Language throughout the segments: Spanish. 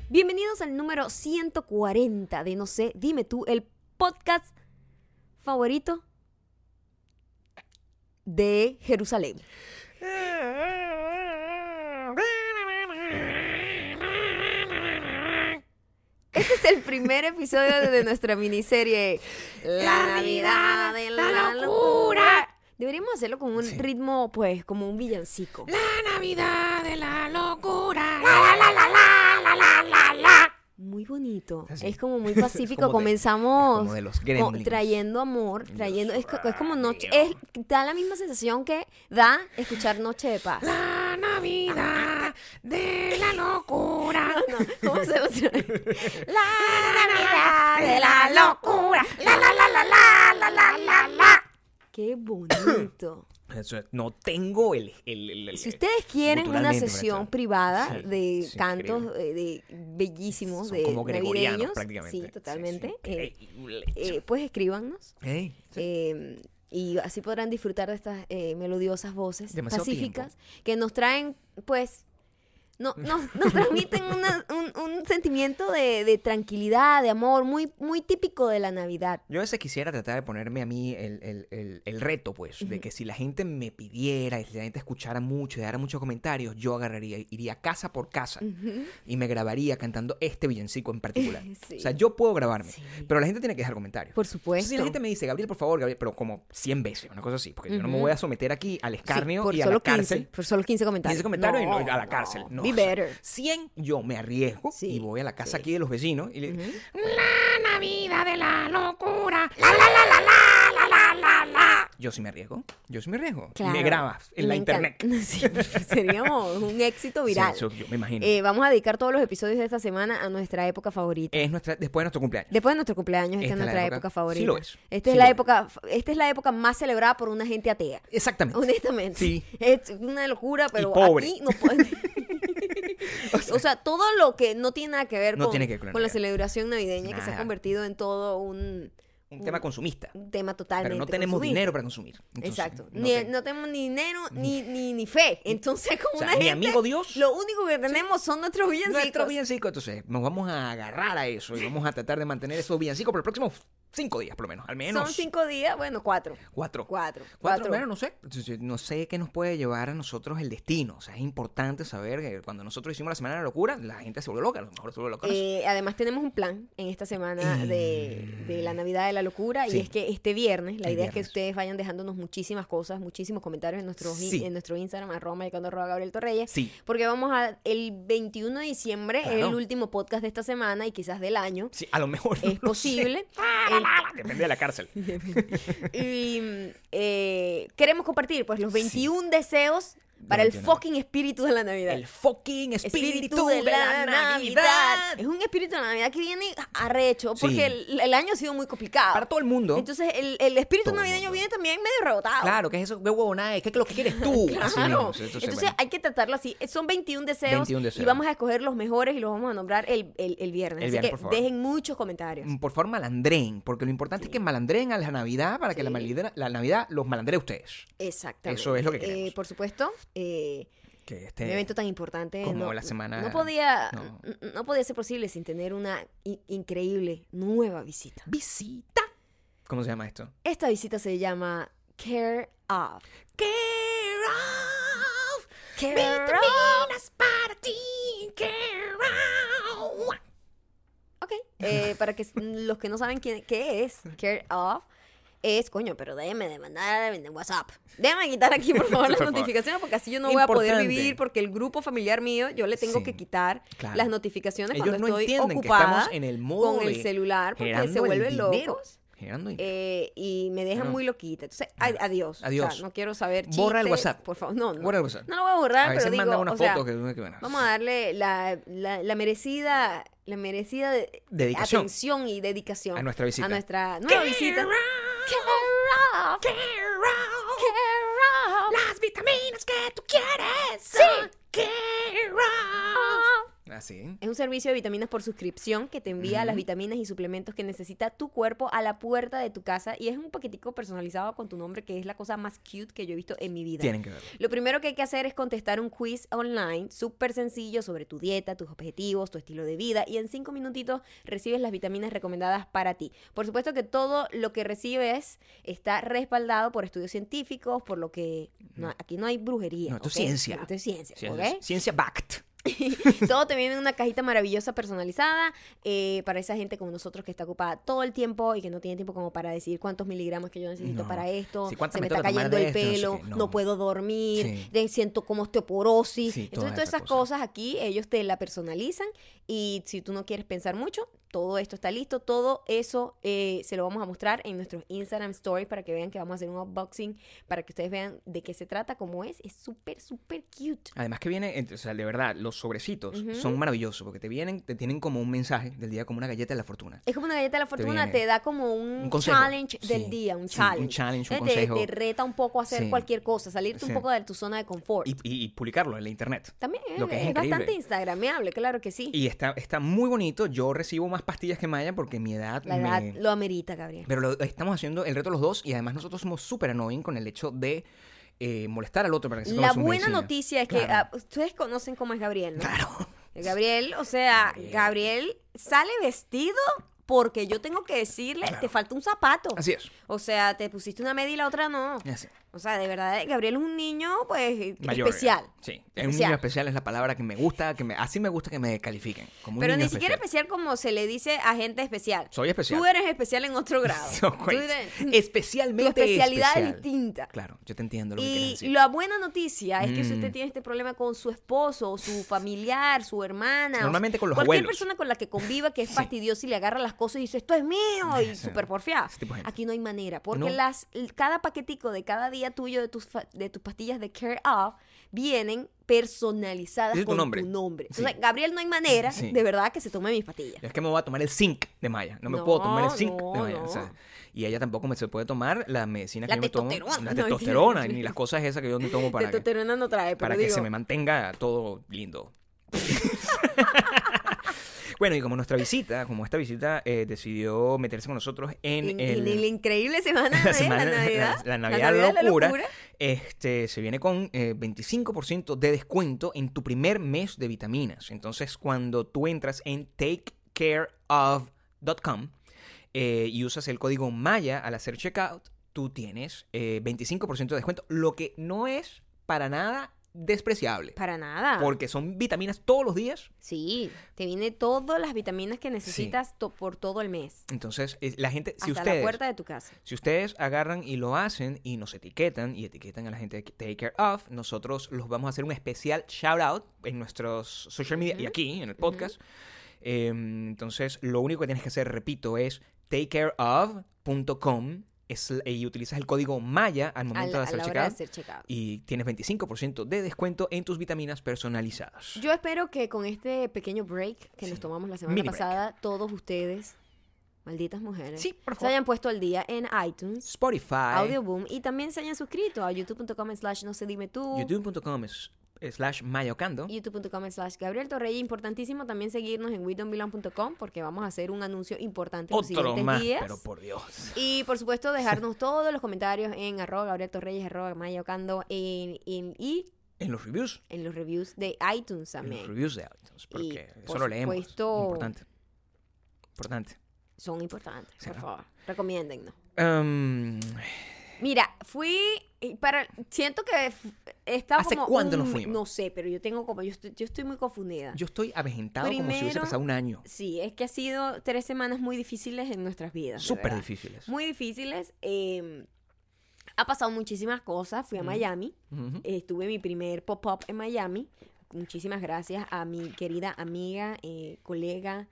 Bienvenidos al número 140 de No sé, dime tú, el podcast favorito de Jerusalén. Este es el primer episodio de nuestra miniserie La Navidad de la Locura. Deberíamos hacerlo con un ritmo, pues, como un villancico. La Navidad de la locura. La, la, la, la, la, la, la, la. Muy bonito. Así. Es como muy pacífico. Como Comenzamos como de los Gremlins. trayendo amor, trayendo es como noche, da la misma sensación que da escuchar Noche de Paz. La Navidad de la locura. ¿Cómo se llama? La Navidad de la locura. La, la, la, la, la, la, la, la, la. Qué bonito. Eso, no tengo el Si ustedes quieren una culturalmente, sesión ¿verdad? privada Sí, de sí, cantos de bellísimos, Son de como gregorianos navideños, prácticamente. sí, totalmente. Increíble. Pues escríbanos. Sí. Y así podrán disfrutar de estas melodiosas voces Demasiado pacíficas que nos traen, pues, nos transmiten un sentimiento de tranquilidad, de amor, muy, muy típico de la Navidad. Yo a veces quisiera tratar de ponerme a mí el reto, pues, de que si la gente me pidiera y si la gente escuchara mucho y dara muchos comentarios, yo iría casa por casa y me grabaría cantando este villancico en particular. Sí. O sea, yo puedo grabarme, Sí. pero la gente tiene que dejar comentarios. Por Entonces, supuesto. si la gente me dice, Gabriel, por favor, Gabriel, pero como 100 veces, una cosa así, porque yo no me voy a someter aquí al escarnio por y a solo la cárcel. 15, por solo 15 comentarios. 15 comentarios y No, a la cárcel. No, Be o sea, better. 100 yo me arriesgo Sí, y voy a la casa sí. aquí de los vecinos y le digo, la Navidad de la locura. La, la, la, la, la, la, la, la. Yo sí me arriesgo. Claro. Me grabas en Me la internet. encanta. Sí, seríamos un éxito viral. Sí, eso yo me imagino. Vamos a dedicar todos los episodios de esta semana a nuestra época favorita. Es después de nuestro cumpleaños. Después de nuestro cumpleaños, esta es Esta es la nuestra época- época favorita. sí lo es. Esta Sí es la época más celebrada por una gente atea. Exactamente. Honestamente. Sí. Es una locura, pero pobre. aquí no puede. O sea, todo lo que no tiene nada que ver No con, tiene que ver con la con la Navidad. celebración navideña, que se ha Nada. convertido en todo un tema consumista. tema totalmente Pero no tenemos consumista. dinero para consumir. Entonces, Exacto. no No tenemos ni dinero ni fe. Entonces, como O sea, una ni gente, amigo Dios. lo único que tenemos son nuestros villancicos. Nuestro villancico. Entonces, nos vamos a agarrar a eso y vamos a tratar de mantener esos villancicos por los próximos 5 días, por lo menos. Al menos. Son 5 días, bueno, 4. 4. 4. Bueno, no sé. No sé qué nos puede llevar a nosotros el destino. O sea, es importante saber que cuando nosotros hicimos la Semana de la Locura, la gente se vuelve loca. A lo mejor se vuelve loca. Además tenemos un plan en esta semana de la Navidad de la Locura y Sí. es que este viernes, la El idea es que viernes. ustedes vayan dejándonos muchísimas cosas, muchísimos comentarios Sí. en nuestro Instagram, @Gabriel Torreyes, Sí. porque vamos el 21 de diciembre, es Claro. el último podcast de esta semana y quizás del año. Sí, a lo mejor. Es no sé. posible. Depende de la cárcel. Y queremos compartir pues los 21 deseos para el 21. fucking espíritu de la Navidad. El fucking espíritu de la Navidad. Es un espíritu de la Navidad que viene arrecho porque Sí. el año ha sido muy complicado. Para todo el mundo. Entonces el espíritu Todo el navideño mundo. viene también medio rebotado. Claro, ¿qué es eso? ¿Qué huevonada es? ¿Qué es lo que quieres tú? Así Claro. mismo. Entonces, Entonces bueno. hay que tratarlo así. Son 21 deseos, 21 deseos. y vamos a escoger los mejores y los vamos a nombrar el viernes. El Así viernes, que por favor. dejen muchos comentarios. Por favor, malandrén, porque lo importante es que malandreen a la Navidad para que la Navidad los malandree ustedes. Exactamente. Eso es lo que queremos. Por supuesto, Que un evento tan importante como la semana- no podía ser posible sin tener una increíble nueva visita. Visita. ¿Cómo se llama esto? Esta visita se llama Care Of. Care of. Care Vitaminas para ti. Care of. Ok. Para que los que no saben qué es Care Of, es, coño, pero déjeme de mandar en WhatsApp. Déjame quitar aquí, por favor, las Por favor. notificaciones, porque así yo no voy a poder Importante. vivir, porque el grupo familiar mío, yo le tengo Sí, que quitar claro. las notificaciones Ellos cuando no estoy entienden que ocupada estamos en el modo con el de celular, porque generando se el vuelven dinero. locos. Generando dinero. Y me dejan No. muy loquita. Entonces, adiós. Adiós. O sea, no quiero saber chistes. Borra el WhatsApp. Por favor, no. Borra el WhatsApp. No lo voy a borrar, A veces pero digo, mandan una o sea, foto que bueno. vamos a darle la merecida Dedicación. atención y dedicación A nuestra visita. A nuestra nueva visita. Care of. Care of. Care of. Las vitaminas que tú quieres. Sí. Care of. Así. Es un servicio de vitaminas por suscripción que te envía las vitaminas y suplementos que necesita tu cuerpo a la puerta de tu casa y es un paquetico personalizado con tu nombre que es la cosa más cute que yo he visto en mi vida. Tienen que verlo. Lo primero que hay que hacer es contestar un quiz online súper sencillo sobre tu dieta, tus objetivos, tu estilo de vida y en 5 minutitos recibes las vitaminas recomendadas para ti. Por supuesto que todo lo que recibes está respaldado por estudios científicos, por lo que aquí no hay brujería. No, esto es ¿ok? ciencia. Esto es ciencia, Sí, ¿ok? ciencia backed. Todo te viene en una cajita maravillosa personalizada para esa gente como nosotros que está ocupada todo el tiempo y que no tiene tiempo como para decir cuántos miligramos que yo necesito No. para esto, Sí, ¿cuántas se me me está toca tomar cayendo de el esto? No sé pelo, qué. no. No. puedo dormir, Sí. siento como osteoporosis. Sí, Entonces todas esas esas cosas aquí ellos te la personalizan y si tú no quieres pensar mucho, todo esto está listo, todo eso se lo vamos a mostrar en nuestros Instagram Stories para que vean que vamos a hacer un unboxing, para que ustedes vean de qué se trata, cómo es súper, súper cute. Además que viene, o sea, de verdad, los sobrecitos son maravillosos porque te tienen como un mensaje del día, como una galleta de la fortuna. Es como una galleta de la fortuna, viene te da como un consejo. challenge del Sí, día, un sí, challenge. un challenge, un Te consejo. reta un poco a hacer Sí. cualquier cosa, salirte un Sí. poco de tu zona de confort. Y publicarlo en la internet. También lo que es es increíble. bastante instagramable, claro que sí. Y está muy bonito. Yo recibo más pastillas que Maya porque mi edad La edad lo amerita, Gabriel. Pero estamos haciendo el reto los dos y además nosotros somos súper annoying con el hecho de molestar al otro para que se tome La sus buena medicinas. noticia es que Claro. ustedes conocen cómo es Gabriel, ¿no? Claro. Gabriel, o sea, Gabriel sale vestido porque yo tengo que decirle, te falta un zapato. Así es. O sea, te pusiste una media y la otra no. Así. O sea, de verdad, Gabriel es un niño, pues, Mayor. especial. Sí. Es un niño especial, es la palabra que me gusta, así me gusta que me califiquen. Como un Pero niño ni siquiera especial como se le dice a gente especial. Soy especial. Tú eres especial en otro grado. So, Tú great. eres- Especialmente tu especialidad especial. es distinta. Claro, yo te entiendo lo que quieres Y decir. la buena noticia es que si usted tiene este problema con su esposo, su familiar, su hermana, Normalmente con los cualquier abuelos. persona con la que conviva que es fastidiosa y le agarra las cosas y dice, esto es mío, y Sí. súper porfiada. Ese tipo de gente. Aquí no hay manera, porque No. cada paquetico de cada día tuyo de tus pastillas de Care Off vienen personalizadas Dice tu con nombre. tu nombre. Sí. Entonces, Gabriel, no hay manera Sí. de verdad que se tome mis pastillas. Es que me voy a tomar el zinc de Maya. No me No, puedo tomar el zinc no, de Maya. no. O sea, y ella tampoco se puede tomar la medicina La que yo me tomo. testosterona. La No, testosterona, mentira. ni las cosas esas que yo me tomo para Testosterona no trae, pero que digo, se me mantenga todo lindo. Bueno, y como esta visita decidió meterse con nosotros en en la increíble semana la de semana- la Navidad. la Navidad locura, locura. se viene con 25% de descuento en tu primer mes de vitaminas. Entonces, cuando tú entras en takecareof.com y usas el código MAYA al hacer checkout, tú tienes 25% de descuento, lo que no es para nada despreciable. Para nada. Porque son vitaminas todos los días. Sí, te viene todas las vitaminas que necesitas por todo el mes. Entonces, la gente, Hasta la puerta de tu casa. Si ustedes agarran y lo hacen y nos etiquetan y etiquetan a la gente de Take Care Of, nosotros los vamos a hacer un especial shout out en nuestros social media y aquí en el podcast. Entonces, lo único que tienes que hacer, repito, es takecareof.com y utilizas el código MAYA al momento de hacer a la hora checkout. de hacer checkout. Y tienes 25% de descuento en tus vitaminas personalizadas. Yo espero que con este pequeño break que nos tomamos la semana Mini break. pasada, todos ustedes, malditas mujeres, Sí, por se favor. hayan puesto al día en iTunes, Spotify, Audioboom, y también se hayan suscrito a youtube.com/no se dime tú, youtube.com/mayocando. youtube.com/Gabriel Torrey. Importantísimo también seguirnos en WeDon'tBelong.com porque vamos a hacer un anuncio importante en los Otro siguientes más, días. pero por Dios. Y por supuesto dejarnos todos los comentarios en @Gabriel Torreyes, @Mayocando y En los reviews. en los reviews de iTunes En también. los reviews de iTunes. Porque Y, eso por lo leemos. supuesto- Importante. Son importantes, Sí, por ¿no? favor. Recomiéndennos. Um, Mira, siento que estaba ¿Hace como cuánto nos fuimos? No sé, pero yo estoy muy confundida. yo estoy avejentado como si hubiese Primero, pasado un año. Sí, es que ha sido 3 semanas muy difíciles en nuestras vidas. de Súper verdad. difíciles. Muy difíciles. Ha pasado muchísimas cosas. Fui a Miami. Ujú. Estuve en mi primer pop-up en Miami. Muchísimas gracias a mi querida amiga, colega,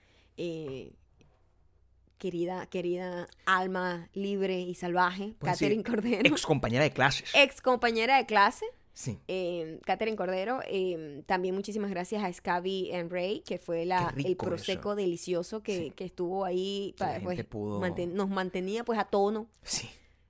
querida alma libre y salvaje, Puedes Catherine decir, Cordero. Ex compañera de clases. Ex compañera de clase. Sí. Catherine Cordero, también muchísimas gracias a Scavi and Ray, que fue Qué rico el prosecco eso. delicioso Sí. que estuvo ahí, Que la gente pudo- nos mantenía pues a tono. Sí.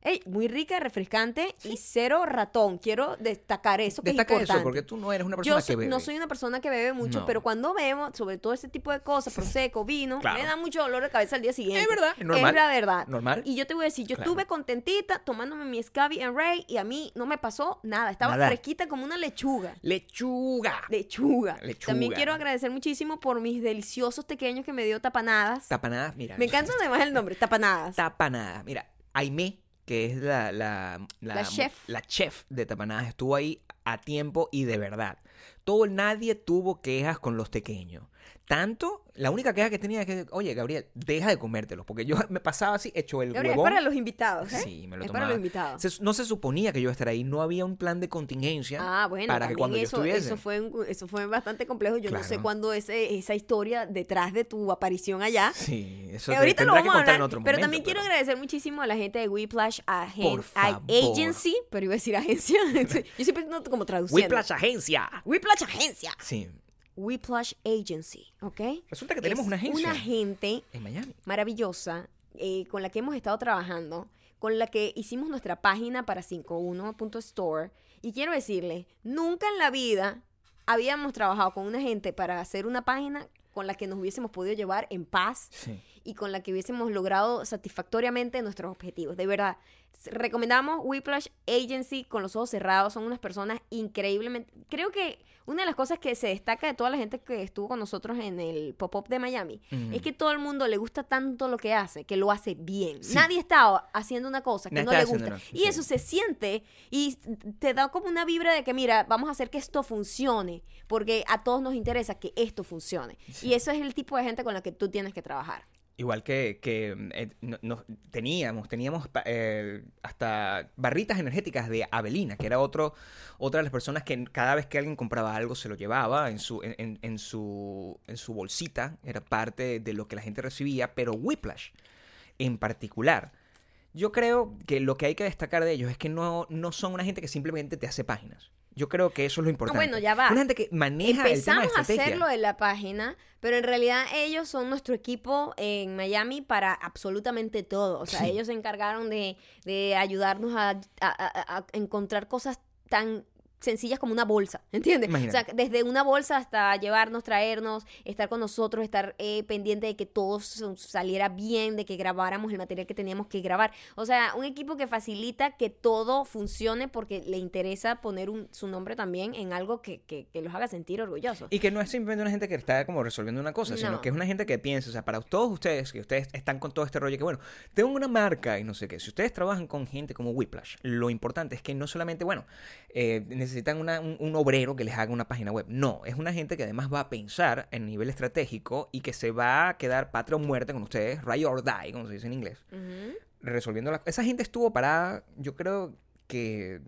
Ey, muy rica, refrescante y cero ratón. Quiero destacar eso, que Destaca es importante. eso, porque tú no eres una persona que bebe. No soy una persona que bebe mucho, No. pero cuando bebo, sobre todo ese tipo de cosas, prosecco, vino, Claro. me da mucho dolor de cabeza al día siguiente. Es verdad, es normal. Es la verdad. Normal. Y yo te voy a decir, yo Claro. estuve contentita tomándome mi Scavi and Ray y a mí no me pasó nada. Estaba Nada. fresquita como una lechuga. Lechuga. Lechuga. Lechuga. También quiero agradecer muchísimo por mis deliciosos pequeños que me dio Tapanadas. Tapanada, mira. Me encanta además el nombre, Tapanadas. Tapanada. Mira, Aimé, que es la chef. la chef de Tapanadas, estuvo ahí a tiempo y de verdad. Nadie tuvo quejas con los pequeños. Tanto, la única queja que tenía es que, oye, Gabriel, deja de comértelos, porque yo me pasaba así, hecho el Gabriel, es huevón. para los invitados, ¿eh? Sí, me lo es tomaba. para los invitados. No se suponía que yo iba a estar ahí, no había un plan de contingencia Ah, bueno, para que también cuando yo eso, estuviese. eso fue bastante complejo. Yo no sé Claro. cuándo esa historia detrás de tu aparición allá. Sí, eso Ahorita lo tendrá que vamos a contar hablar, en otro pero momento. también quiero agradecer muchísimo a la gente de Whiplash Por favor. Agency, pero iba a decir agencia. Yo siempre noto como traduciendo. Whiplash Agencia. Whiplash Agencia. Sí. Whiplash Agency, ¿ok? Resulta que tenemos una agencia. Una gente En Miami. maravillosa con la que hemos estado trabajando, con la que hicimos nuestra página para 51.store. Y quiero decirle, nunca en la vida habíamos trabajado con una gente para hacer una página con la que nos hubiésemos podido llevar en paz Sí. y con la que hubiésemos logrado satisfactoriamente nuestros objetivos. De verdad, recomendamos Whiplash Agency con los ojos cerrados. Son unas personas increíblemente... Creo que una de las cosas que se destaca de toda la gente que estuvo con nosotros en el pop-up de Miami es que todo el mundo le gusta tanto lo que hace, que lo hace bien. Sí. Nadie está haciendo una cosa que Nadie no está le gusta. haciéndolo, Y sí. eso se siente y te da como una vibra de que, mira, vamos a hacer que esto funcione, porque a todos nos interesa que esto funcione. Sí. Y eso es el tipo de gente con la que tú tienes que trabajar. Igual que teníamos hasta barritas energéticas de Avelina, que era otra de las personas que cada vez que alguien compraba algo se lo llevaba en su bolsita, era parte de lo que la gente recibía, pero Whiplash en particular, yo creo que lo que hay que destacar de ellos es que no son una gente que simplemente te hace páginas. Yo creo que eso es lo importante. bueno, ya va. Una gente que maneja el tema de Empezamos a estrategia. hacerlo de la página, pero en realidad ellos son nuestro equipo en Miami para absolutamente todo. O sea, Sí. ellos se encargaron de ayudarnos a encontrar cosas tan sencillas como una bolsa, ¿entiendes? Imagínate. O sea, desde una bolsa hasta llevarnos, traernos, estar con nosotros, estar pendiente de que todo saliera bien, de que grabáramos el material que teníamos que grabar. O sea, un equipo que facilita que todo funcione porque le interesa poner su nombre también en algo que los haga sentir orgullosos. Y que no es simplemente una gente que está como resolviendo una cosa, sino No. que es una gente que piensa, o sea, para todos ustedes, que ustedes están con todo este rollo, que bueno, tengo una marca y no sé qué. Si ustedes trabajan con gente como Whiplash, lo importante es que no solamente, bueno, necesitan un obrero que les haga una página web. No, es una gente que además va a pensar en nivel estratégico y que se va a quedar patria o muerte con ustedes, ride or die, como se dice en inglés, Ujú. resolviendo las... Esa gente estuvo parada, yo creo que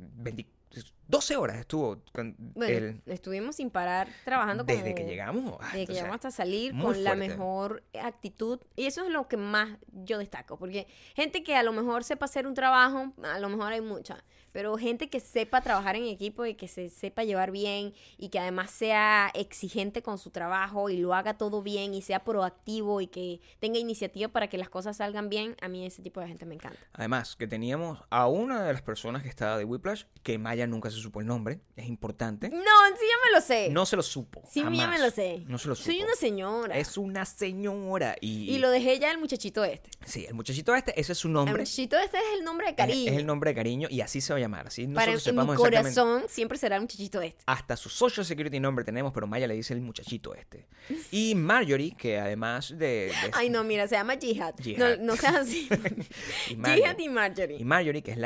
12 horas estuvo con Bueno, estuvimos sin parar trabajando como... desde que llegamos. Desde que llegamos hasta salir muy con la fuerte. mejor actitud. Y eso es lo que más yo destaco. Porque gente que a lo mejor sepa hacer un trabajo, a lo mejor hay mucha. Pero gente que sepa trabajar en equipo y que se sepa llevar bien y que además sea exigente con su trabajo y lo haga todo bien y sea proactivo y que tenga iniciativa para que las cosas salgan bien, a mí ese tipo de gente me encanta. Además, que teníamos a una de las personas que estaba de Whiplash, que Maya nunca se supo el nombre, es importante. No, sí ya me lo sé. No se lo supo. Sí, jamás. ya me lo sé. No se lo supo. Soy una señora. Es una señora. Y lo dejé ya el muchachito este. Sí, el muchachito ese es su El nombre. muchachito este es el nombre de cariño. Es el nombre de cariño y así se va a llamar. Así Para nosotros en mi sepamos exactamente. corazón siempre será el muchachito este. Hasta su social security number tenemos, pero Maya le dice el muchachito este. Y Marjorie, que además de Ay, no, mira, se llama Jihad. Jihad. No seas así. y Jihad y Marjorie. Y Marjorie, que es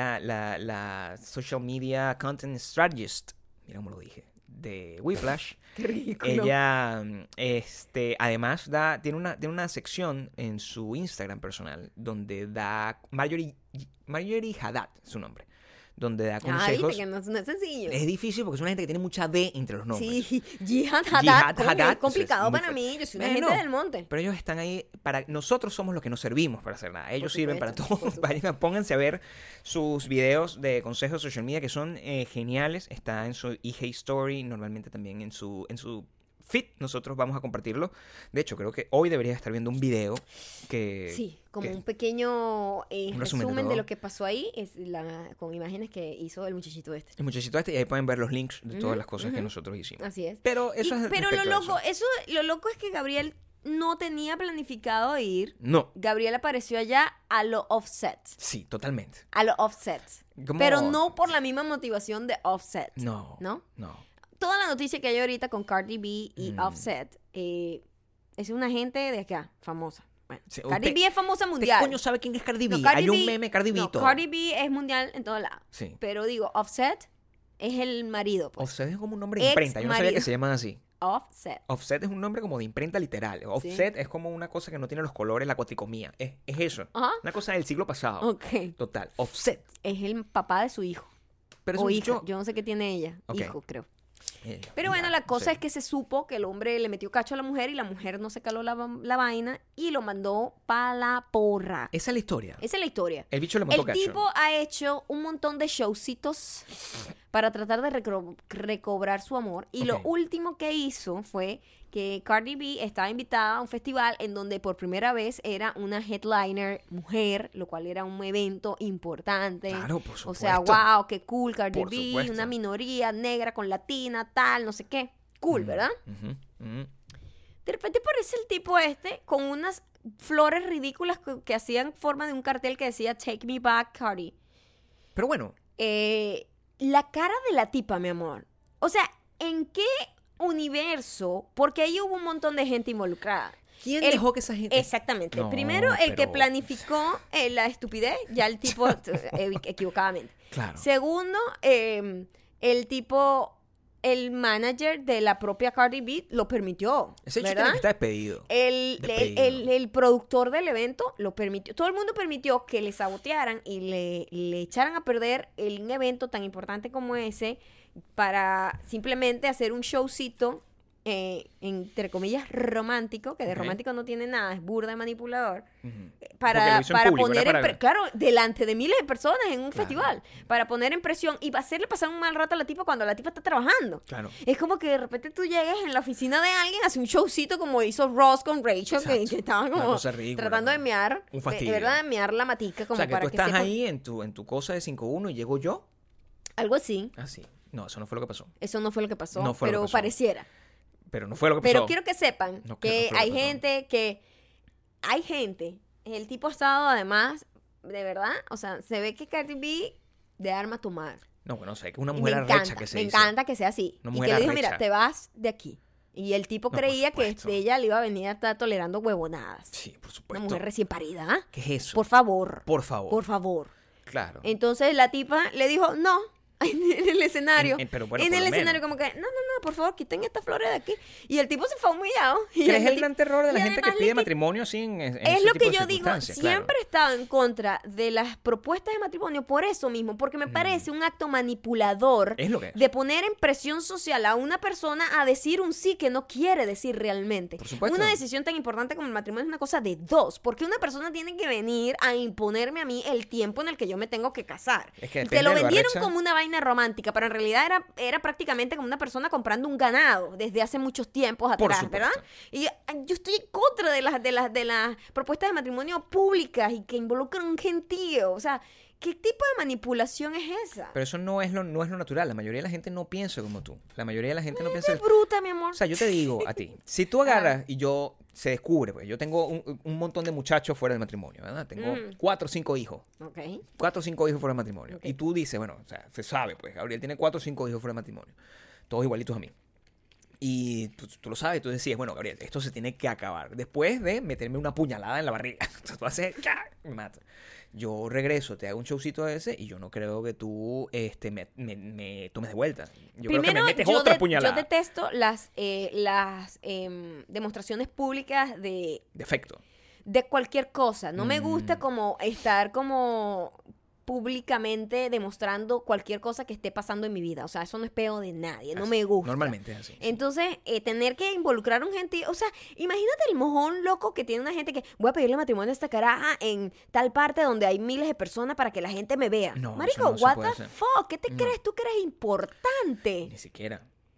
la social media content strategist, mira cómo lo dije, de Whiplash. Qué ridículo. Ella, además tiene una sección en su Instagram personal donde da Marjorie Haddad, su nombre, donde da Ah, consejos. viste que no es sencillo. Es difícil porque es una gente que tiene mucha D entre los nombres. Sí, Jihad Haddad. Jihad coño, Haddad, es complicado es muy para fuerte. mí. Yo soy una Bueno, gente del monte. Pero ellos están ahí para... Nosotros somos los que no servimos para hacer nada. Ellos Por sirven para supuesto, todo. por supuesto. Vayan, pónganse a ver sus videos de consejos de social media que son geniales. Está en su IG Story, normalmente también en su feed, nosotros vamos a compartirlo. De hecho, creo que hoy deberías estar viendo un video que... Sí, como que- un pequeño un resumen de todo. lo que pasó ahí, con imágenes que hizo el muchachito este. El muchachito este, y ahí pueden ver los links de todas las cosas que ujú. nosotros hicimos. Así es. Pero eso es Pero respecto a eso. lo loco es que Gabriel no tenía planificado ir. No, Gabriel apareció allá a lo Offset. sí, totalmente. A lo Offset. ¿Cómo? Pero no por la misma motivación de Offset. No. ¿No? No. Toda la noticia que hay ahorita con Cardi B y Mm. Offset es una gente de acá, famosa. Bueno, Sí, Cardi usted- B es famosa ¿Usted mundial. coño sabe quién es Cardi B? No, Cardi Hay un B meme Cardi B y no, todo. Cardi B es mundial en todo lado. Sí. Pero digo, Offset es el marido. Pues. Offset es como un nombre de Ex imprenta. Yo no sabía marido. que se llaman así. Offset. Offset es un nombre como de imprenta literal. Offset es como una cosa que no tiene los colores, la cuatricomía. Es eso. Ajá. Una cosa del siglo pasado. Ok. Total. Offset. Es el papá de su hijo. Pero es O un hija. yo- Yo no sé qué tiene ella. Ok. Hijo, creo. Eh, Pero bueno, ya, la no cosa sé. es que se supo que el hombre le metió cacho a la mujer y la mujer no se caló la vaina y lo mandó pa' la porra. Esa es la historia. Esa es la historia. El bicho le montó El cacho. tipo ha hecho un montón de showcitos para tratar de recobrar su amor. Y lo Ok. último que hizo fue que Cardi B estaba invitada a un festival en donde por primera vez era una headliner mujer, lo cual era un evento importante. Claro, por O sea, supuesto. wow, qué cool, Cardi Por B, supuesto. una minoría negra con latina, tal, no sé qué. Cool, ¿verdad? Ujú, ujú. De repente aparece el tipo este con unas flores ridículas que hacían forma de un cartel que decía Take Me Back, Cardi. Pero bueno, La cara de la tipa, mi amor. O sea, ¿en qué universo? Porque ahí hubo un montón de gente involucrada. ¿quién El- dejó que esa gente... Exactamente. No, Primero, el que pero- planificó la estupidez, ya el tipo equivocadamente. Claro. Segundo, el tipo, el manager de la propia Cardi B lo permitió. Ese bicho ¿verdad? tiene que estar despedido. El productor del evento lo permitió. Todo el mundo permitió que le sabotearan y le echaran a perder un evento tan importante como ese para simplemente hacer un showcito, entre comillas, romántico, que de Ok. romántico no tiene nada, es burda de manipulador. Ujú. Porque Para, lo hizo en para público, poner era en para- claro, delante de miles de personas en un Claro. festival, para poner en presión y hacerle pasar un mal rato a la tipa cuando la tipa está trabajando. Claro. Es como que de repente tú llegues en la oficina de alguien, hace un showcito como hizo Ross con Rachel, Exacto. que estaban Una como cosa ridícula, tratando de ¿no? mear, Un fastidio. ¿verdad? De mear la matica como O sea, que para tú que estás sepan. ahí en tu cosa de 5-1 y llego yo. Algo así. Así. No, eso no fue lo que pasó. Eso no fue lo que pasó, No fue lo pero que pasó. pareciera. Pero no fue lo que pasó. Pero quiero que sepan No, que no que fue lo hay que pasó. gente que... Hay gente. El tipo ha estado además, de verdad, o sea, se ve que Cardi B de arma tomar. No, bueno, o sea, que una Y mujer me arrecha encanta, que se me dice. encanta que sea así. Una Y mujer que le dijo, arrecha. mira, te vas de aquí. Y el tipo No, por creía que supuesto. de ella le iba a venir a estar tolerando huevonadas. Sí, por Una supuesto. mujer recién parida, ¿ah? ¿Qué es eso? Por favor. Por favor. Por favor. Claro. Entonces la tipa le dijo, no, en el escenario. Pero bueno, en por el lo escenario, menos. como que, no, por favor, quiten estas flores de aquí. Y el tipo se fue humillado. Y ¿Crees la el ti- gran terror de la y gente que además pide le matrimonio así en es ese lo tipo que de yo digo, circunstancias? Claro. siempre he estado en contra de las propuestas de matrimonio por eso mismo, porque me parece un acto manipulador Es lo que es. de poner en presión social a una persona a decir un sí que no quiere decir realmente. Por supuesto. Una decisión tan importante como el matrimonio es una cosa de dos, porque una persona tiene que venir a imponerme a mí el tiempo en el que yo me tengo que casar. Es que Y depende te lo de lo vendieron arrecha. como una vaina romántica, pero en realidad era prácticamente como una persona comprando un ganado desde hace muchos tiempos Por atrás, supuesto. ¿verdad? Y yo estoy en contra de las propuestas de matrimonio públicas y que involucran un gentío. O sea, ¿qué tipo de manipulación es esa? Pero eso no es lo natural. La mayoría de la gente no piensa como tú. La mayoría de la gente no piensa... Es bruta, mi amor. O sea, yo te digo a ti, si tú agarras y yo se descubre, pues yo tengo un montón de muchachos fuera del matrimonio, ¿verdad? Tengo 4 o 5 hijos. Ok. 4 o 5 hijos fuera del matrimonio. Ok. Y tú dices, bueno, o sea, se sabe, pues, Gabriel tiene 4 o 5 hijos fuera del matrimonio. Todos igualitos a mí. Y tú lo sabes, tú decías, bueno, Gabriel, esto se tiene que acabar. Después de meterme una puñalada en la barriga. Tú haces, ¡ya! Me mata. Yo regreso, te hago un showcito ese y yo no creo que tú me tomes de vuelta. Yo creo que me metes otra puñalada. yo detesto las demostraciones públicas Defecto. de cualquier cosa. No me gusta como estar como públicamente demostrando cualquier cosa que esté pasando en mi vida. O sea, eso no es peo de nadie. No Así, me gusta. Normalmente es así. Entonces, tener que involucrar a un gentío, o sea, imagínate el mojón loco que tiene una gente que voy a pedirle matrimonio a esta caraja en tal parte donde hay miles de personas para que la gente me vea. No, Marico, eso no se what puede the hacer. fuck, ¿qué te No. crees tú que eres importante? Ni siquiera.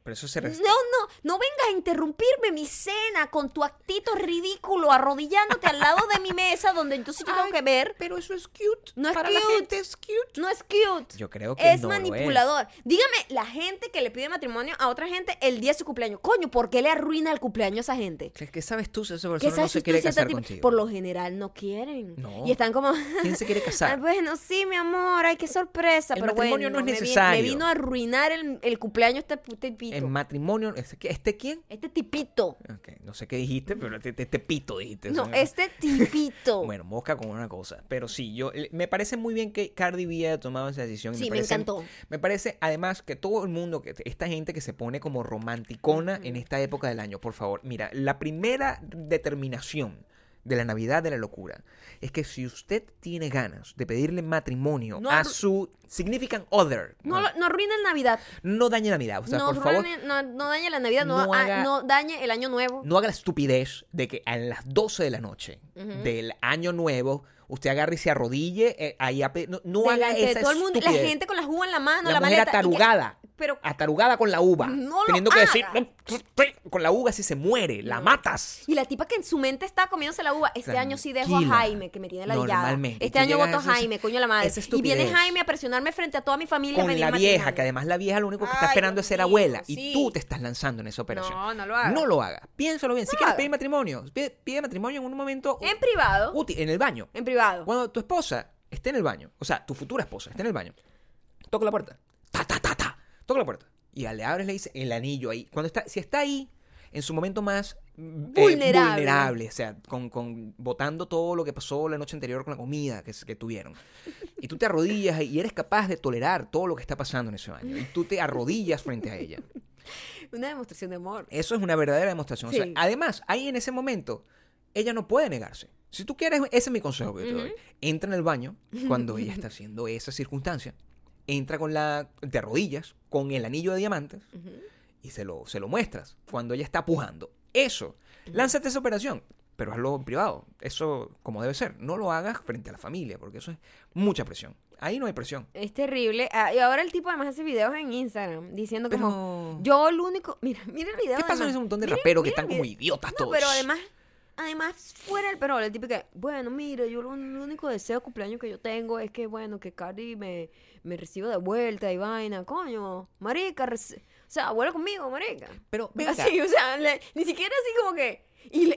Pero eso se... No vengas a interrumpirme mi cena con tu actito ridículo arrodillándote al lado de mi mesa donde entonces yo tengo que ver. Pero eso es cute. No es Para cute. la gente es cute. No es cute. Yo creo que es no manipulador. Dígame, la gente que le pide matrimonio a otra gente el día de su cumpleaños. Coño, ¿por qué le arruina el cumpleaños a esa gente? ¿Qué sabes tú si esa ¿Qué persona no sabes se si tú quiere si esta casar tipa- contigo? Por lo general no quieren. No. Y están como... ¿Quién se quiere casar? Bueno, sí, mi amor, ay, qué sorpresa. El pero matrimonio bueno, no es me necesario. vino a arruinar el cumpleaños este tipito. En matrimonio... ¿Este quién? Este tipito. Okay, no sé qué dijiste, pero este pito dijiste. No, O sea, este tipito. Bueno, mosca con una cosa. Pero sí, me parece muy bien que Cardi B haya tomado esa decisión. Sí, me encantó. Me parece, además, que todo el mundo, esta gente que se pone como romanticona en esta época del año, por favor. Mira, la primera determinación de la Navidad de la locura es que si usted tiene ganas de pedirle matrimonio a su significant other, No arruine la Navidad. no dañe la Navidad. O sea, No, por favor, no dañe la Navidad, no dañe el año nuevo. no haga la estupidez de que a las 12 de la noche del año nuevo usted agarre y se arrodille ahí no haga Delante de esa todo el mundo, la estupidez. gente con la uva en la mano, la La mujer maleta. atarugada. Pero Atarugada con la uva. No lo teniendo que decir, haga. con la uva si se muere, la matas. y la tipa que en su mente está comiéndose la uva, este año sí dejo a Tranquila. Jaime, que me tiene la ladillada. Normalmente. Este Tú año llegas voto a a esa- Jaime, coño la madre. esa Y viene estupidez. Jaime a presionarme frente a toda mi familia. a Con pedir la vieja, matrimonio. que además la vieja lo único que está Ay, esperando Dios es ser mío, abuela. sí. Y tú te estás lanzando en esa operación. No lo haga. No lo haga. Piénsalo bien. Si No quieres haga. pedir matrimonio, pide matrimonio en un momento En privado. útil, en el baño. En privado. Cuando tu esposa esté en el baño, o sea, tu futura esposa esté en el baño, toca la puerta. Ta, ta, ta, ta. Toca la puerta. Y le abres, le dice el anillo ahí. Si está ahí, en su momento más vulnerable, o sea, botando todo lo que pasó la noche anterior con la comida que tuvieron. Y tú te arrodillas y eres capaz de tolerar todo lo que está pasando en ese baño. Y tú te arrodillas frente a ella. Una demostración de amor. Eso es una verdadera demostración. Sí. O sea, además, ahí en ese momento, ella no puede negarse. Si tú quieres, ese es mi consejo que yo te doy. Entra en el baño cuando ella está haciendo esa circunstancia. Entra de rodillas con el anillo de diamantes y se lo muestras cuando ella está pujando. Eso. Lánzate esa operación, pero hazlo en privado. Eso como debe ser. No lo hagas frente a la familia, porque eso es mucha presión. Ahí no hay presión. Es terrible. Y ahora el tipo además hace videos en Instagram diciendo Pero- como yo el único... Mira el video. ¿Qué pasa en además. ese montón de Mira- raperos que mira están el como video. idiotas No, todos? pero además fuera el perol, el tipo que, bueno, mira, yo lo único deseo de cumpleaños que yo tengo es que, bueno, que Cardi me reciba de vuelta y vaina, coño, marica, o sea, vuela conmigo, marica. Pero, ven acá. Así, o sea, ni siquiera así como que,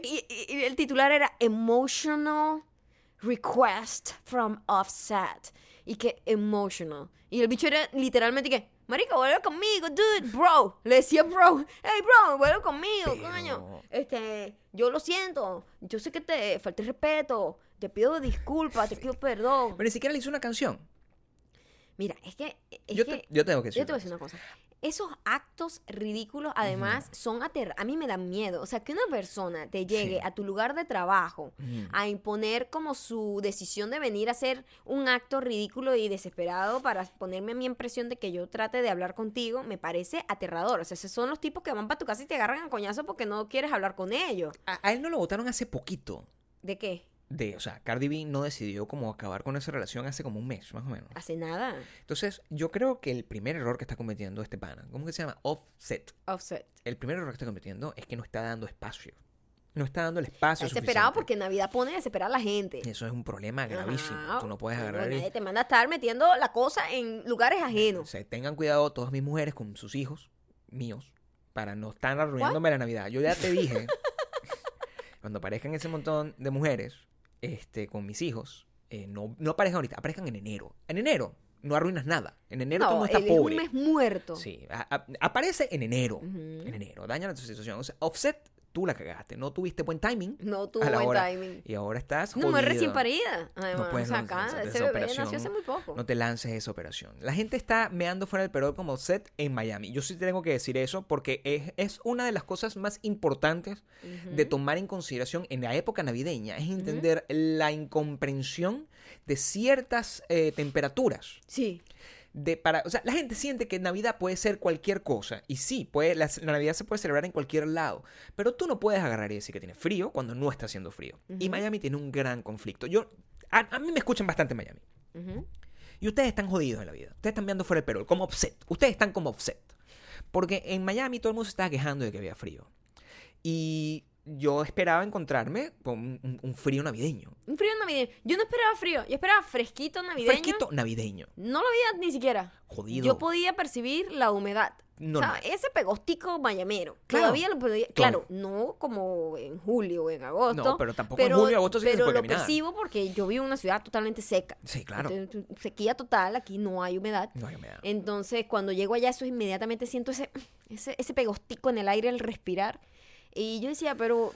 y el titular era Emotional Request from Offset, y que emotional, y el bicho era literalmente que, marica, vuelve conmigo, dude, bro. Le decía bro, hey bro, vuelve conmigo, Pero- coño. Yo lo siento. Yo sé que te falté respeto. Te pido disculpas, te pido perdón. Pero ni siquiera le hizo una canción. Mira, es que Yo tengo que decir. yo te voy a decir una cosa. Esos actos ridículos, además, son a mí me dan miedo. O sea, que una persona te llegue Sí. a tu lugar de trabajo Ujú. a imponer como su decisión de venir a hacer un acto ridículo y desesperado para ponerme a mí en presión de que yo trate de hablar contigo, me parece aterrador. O sea, esos son los tipos que van para tu casa y te agarran a coñazo porque no quieres hablar con ellos. A él no lo votaron hace poquito. ¿De qué? O sea, Cardi B no decidió como acabar con esa relación hace como un mes, más o menos. Hace nada. Entonces, yo creo que el primer error que está cometiendo este pana, ¿cómo que se llama? Offset. Offset. El primer error que está cometiendo es que no está dando espacio. No está dando el espacio Está desesperado suficiente. porque Navidad pone a desesperar a la gente. Eso es un problema gravísimo. Ajá. Tú no puedes Bueno, agarrar nadie te manda a estar metiendo la cosa en lugares O ajenos. sea, tengan cuidado todas mis mujeres con sus hijos, míos, para no estar arruinándome la Navidad. Yo ya te dije, cuando aparezcan ese montón de mujeres con mis hijos, no aparezcan ahorita, aparezcan en enero. En enero no arruinas nada. En enero todo el mundo está él es pobre. un mes muerto. Sí, aparece en enero. Ujú. En enero, daña la situación. O sea, Offset, tú la cagaste. No tuviste buen timing. No tuvo a la buen hora. timing. Y ahora estás Una mujer jodido. recién parida. Además, No puedes o sea, acá lanzarte ese esa bebé operación. nació hace muy poco. No te lances esa operación. La gente está meando fuera del perol como Offset en Miami. Yo sí tengo que decir eso porque es una de las cosas más importantes de tomar en consideración en la época navideña. Es entender la incomprensión de ciertas temperaturas. Sí. O sea, la gente siente que Navidad puede ser cualquier cosa. Y sí, la Navidad se puede celebrar en cualquier lado. Pero tú no puedes agarrar y decir que tiene frío cuando no está haciendo frío. Y Miami tiene un gran conflicto. A mí me escuchan bastante en Miami. Ujú. Y ustedes están jodidos en la vida. Ustedes están viendo fuera el perol, como Offset. Ustedes están como Offset. Porque en Miami todo el mundo se estaba quejando de que había frío. Y yo esperaba encontrarme con un frío navideño. Un frío navideño. Yo no esperaba frío, yo esperaba fresquito navideño. Fresquito navideño. No lo veía ni siquiera. Jodido. Yo podía percibir la humedad. Normal. O sea, ese pegostico mayamero. Claro. Todavía lo podía. Claro, no como en julio o en agosto. No, pero tampoco en julio o agosto sí se pero puede lo caminar. percibo porque yo vivo en una ciudad totalmente seca. Sí, claro. Entonces, sequía total, aquí no hay humedad. No hay humedad. Entonces, cuando llego allá, eso inmediatamente siento ese pegostico en el aire al respirar. Y yo decía, pero...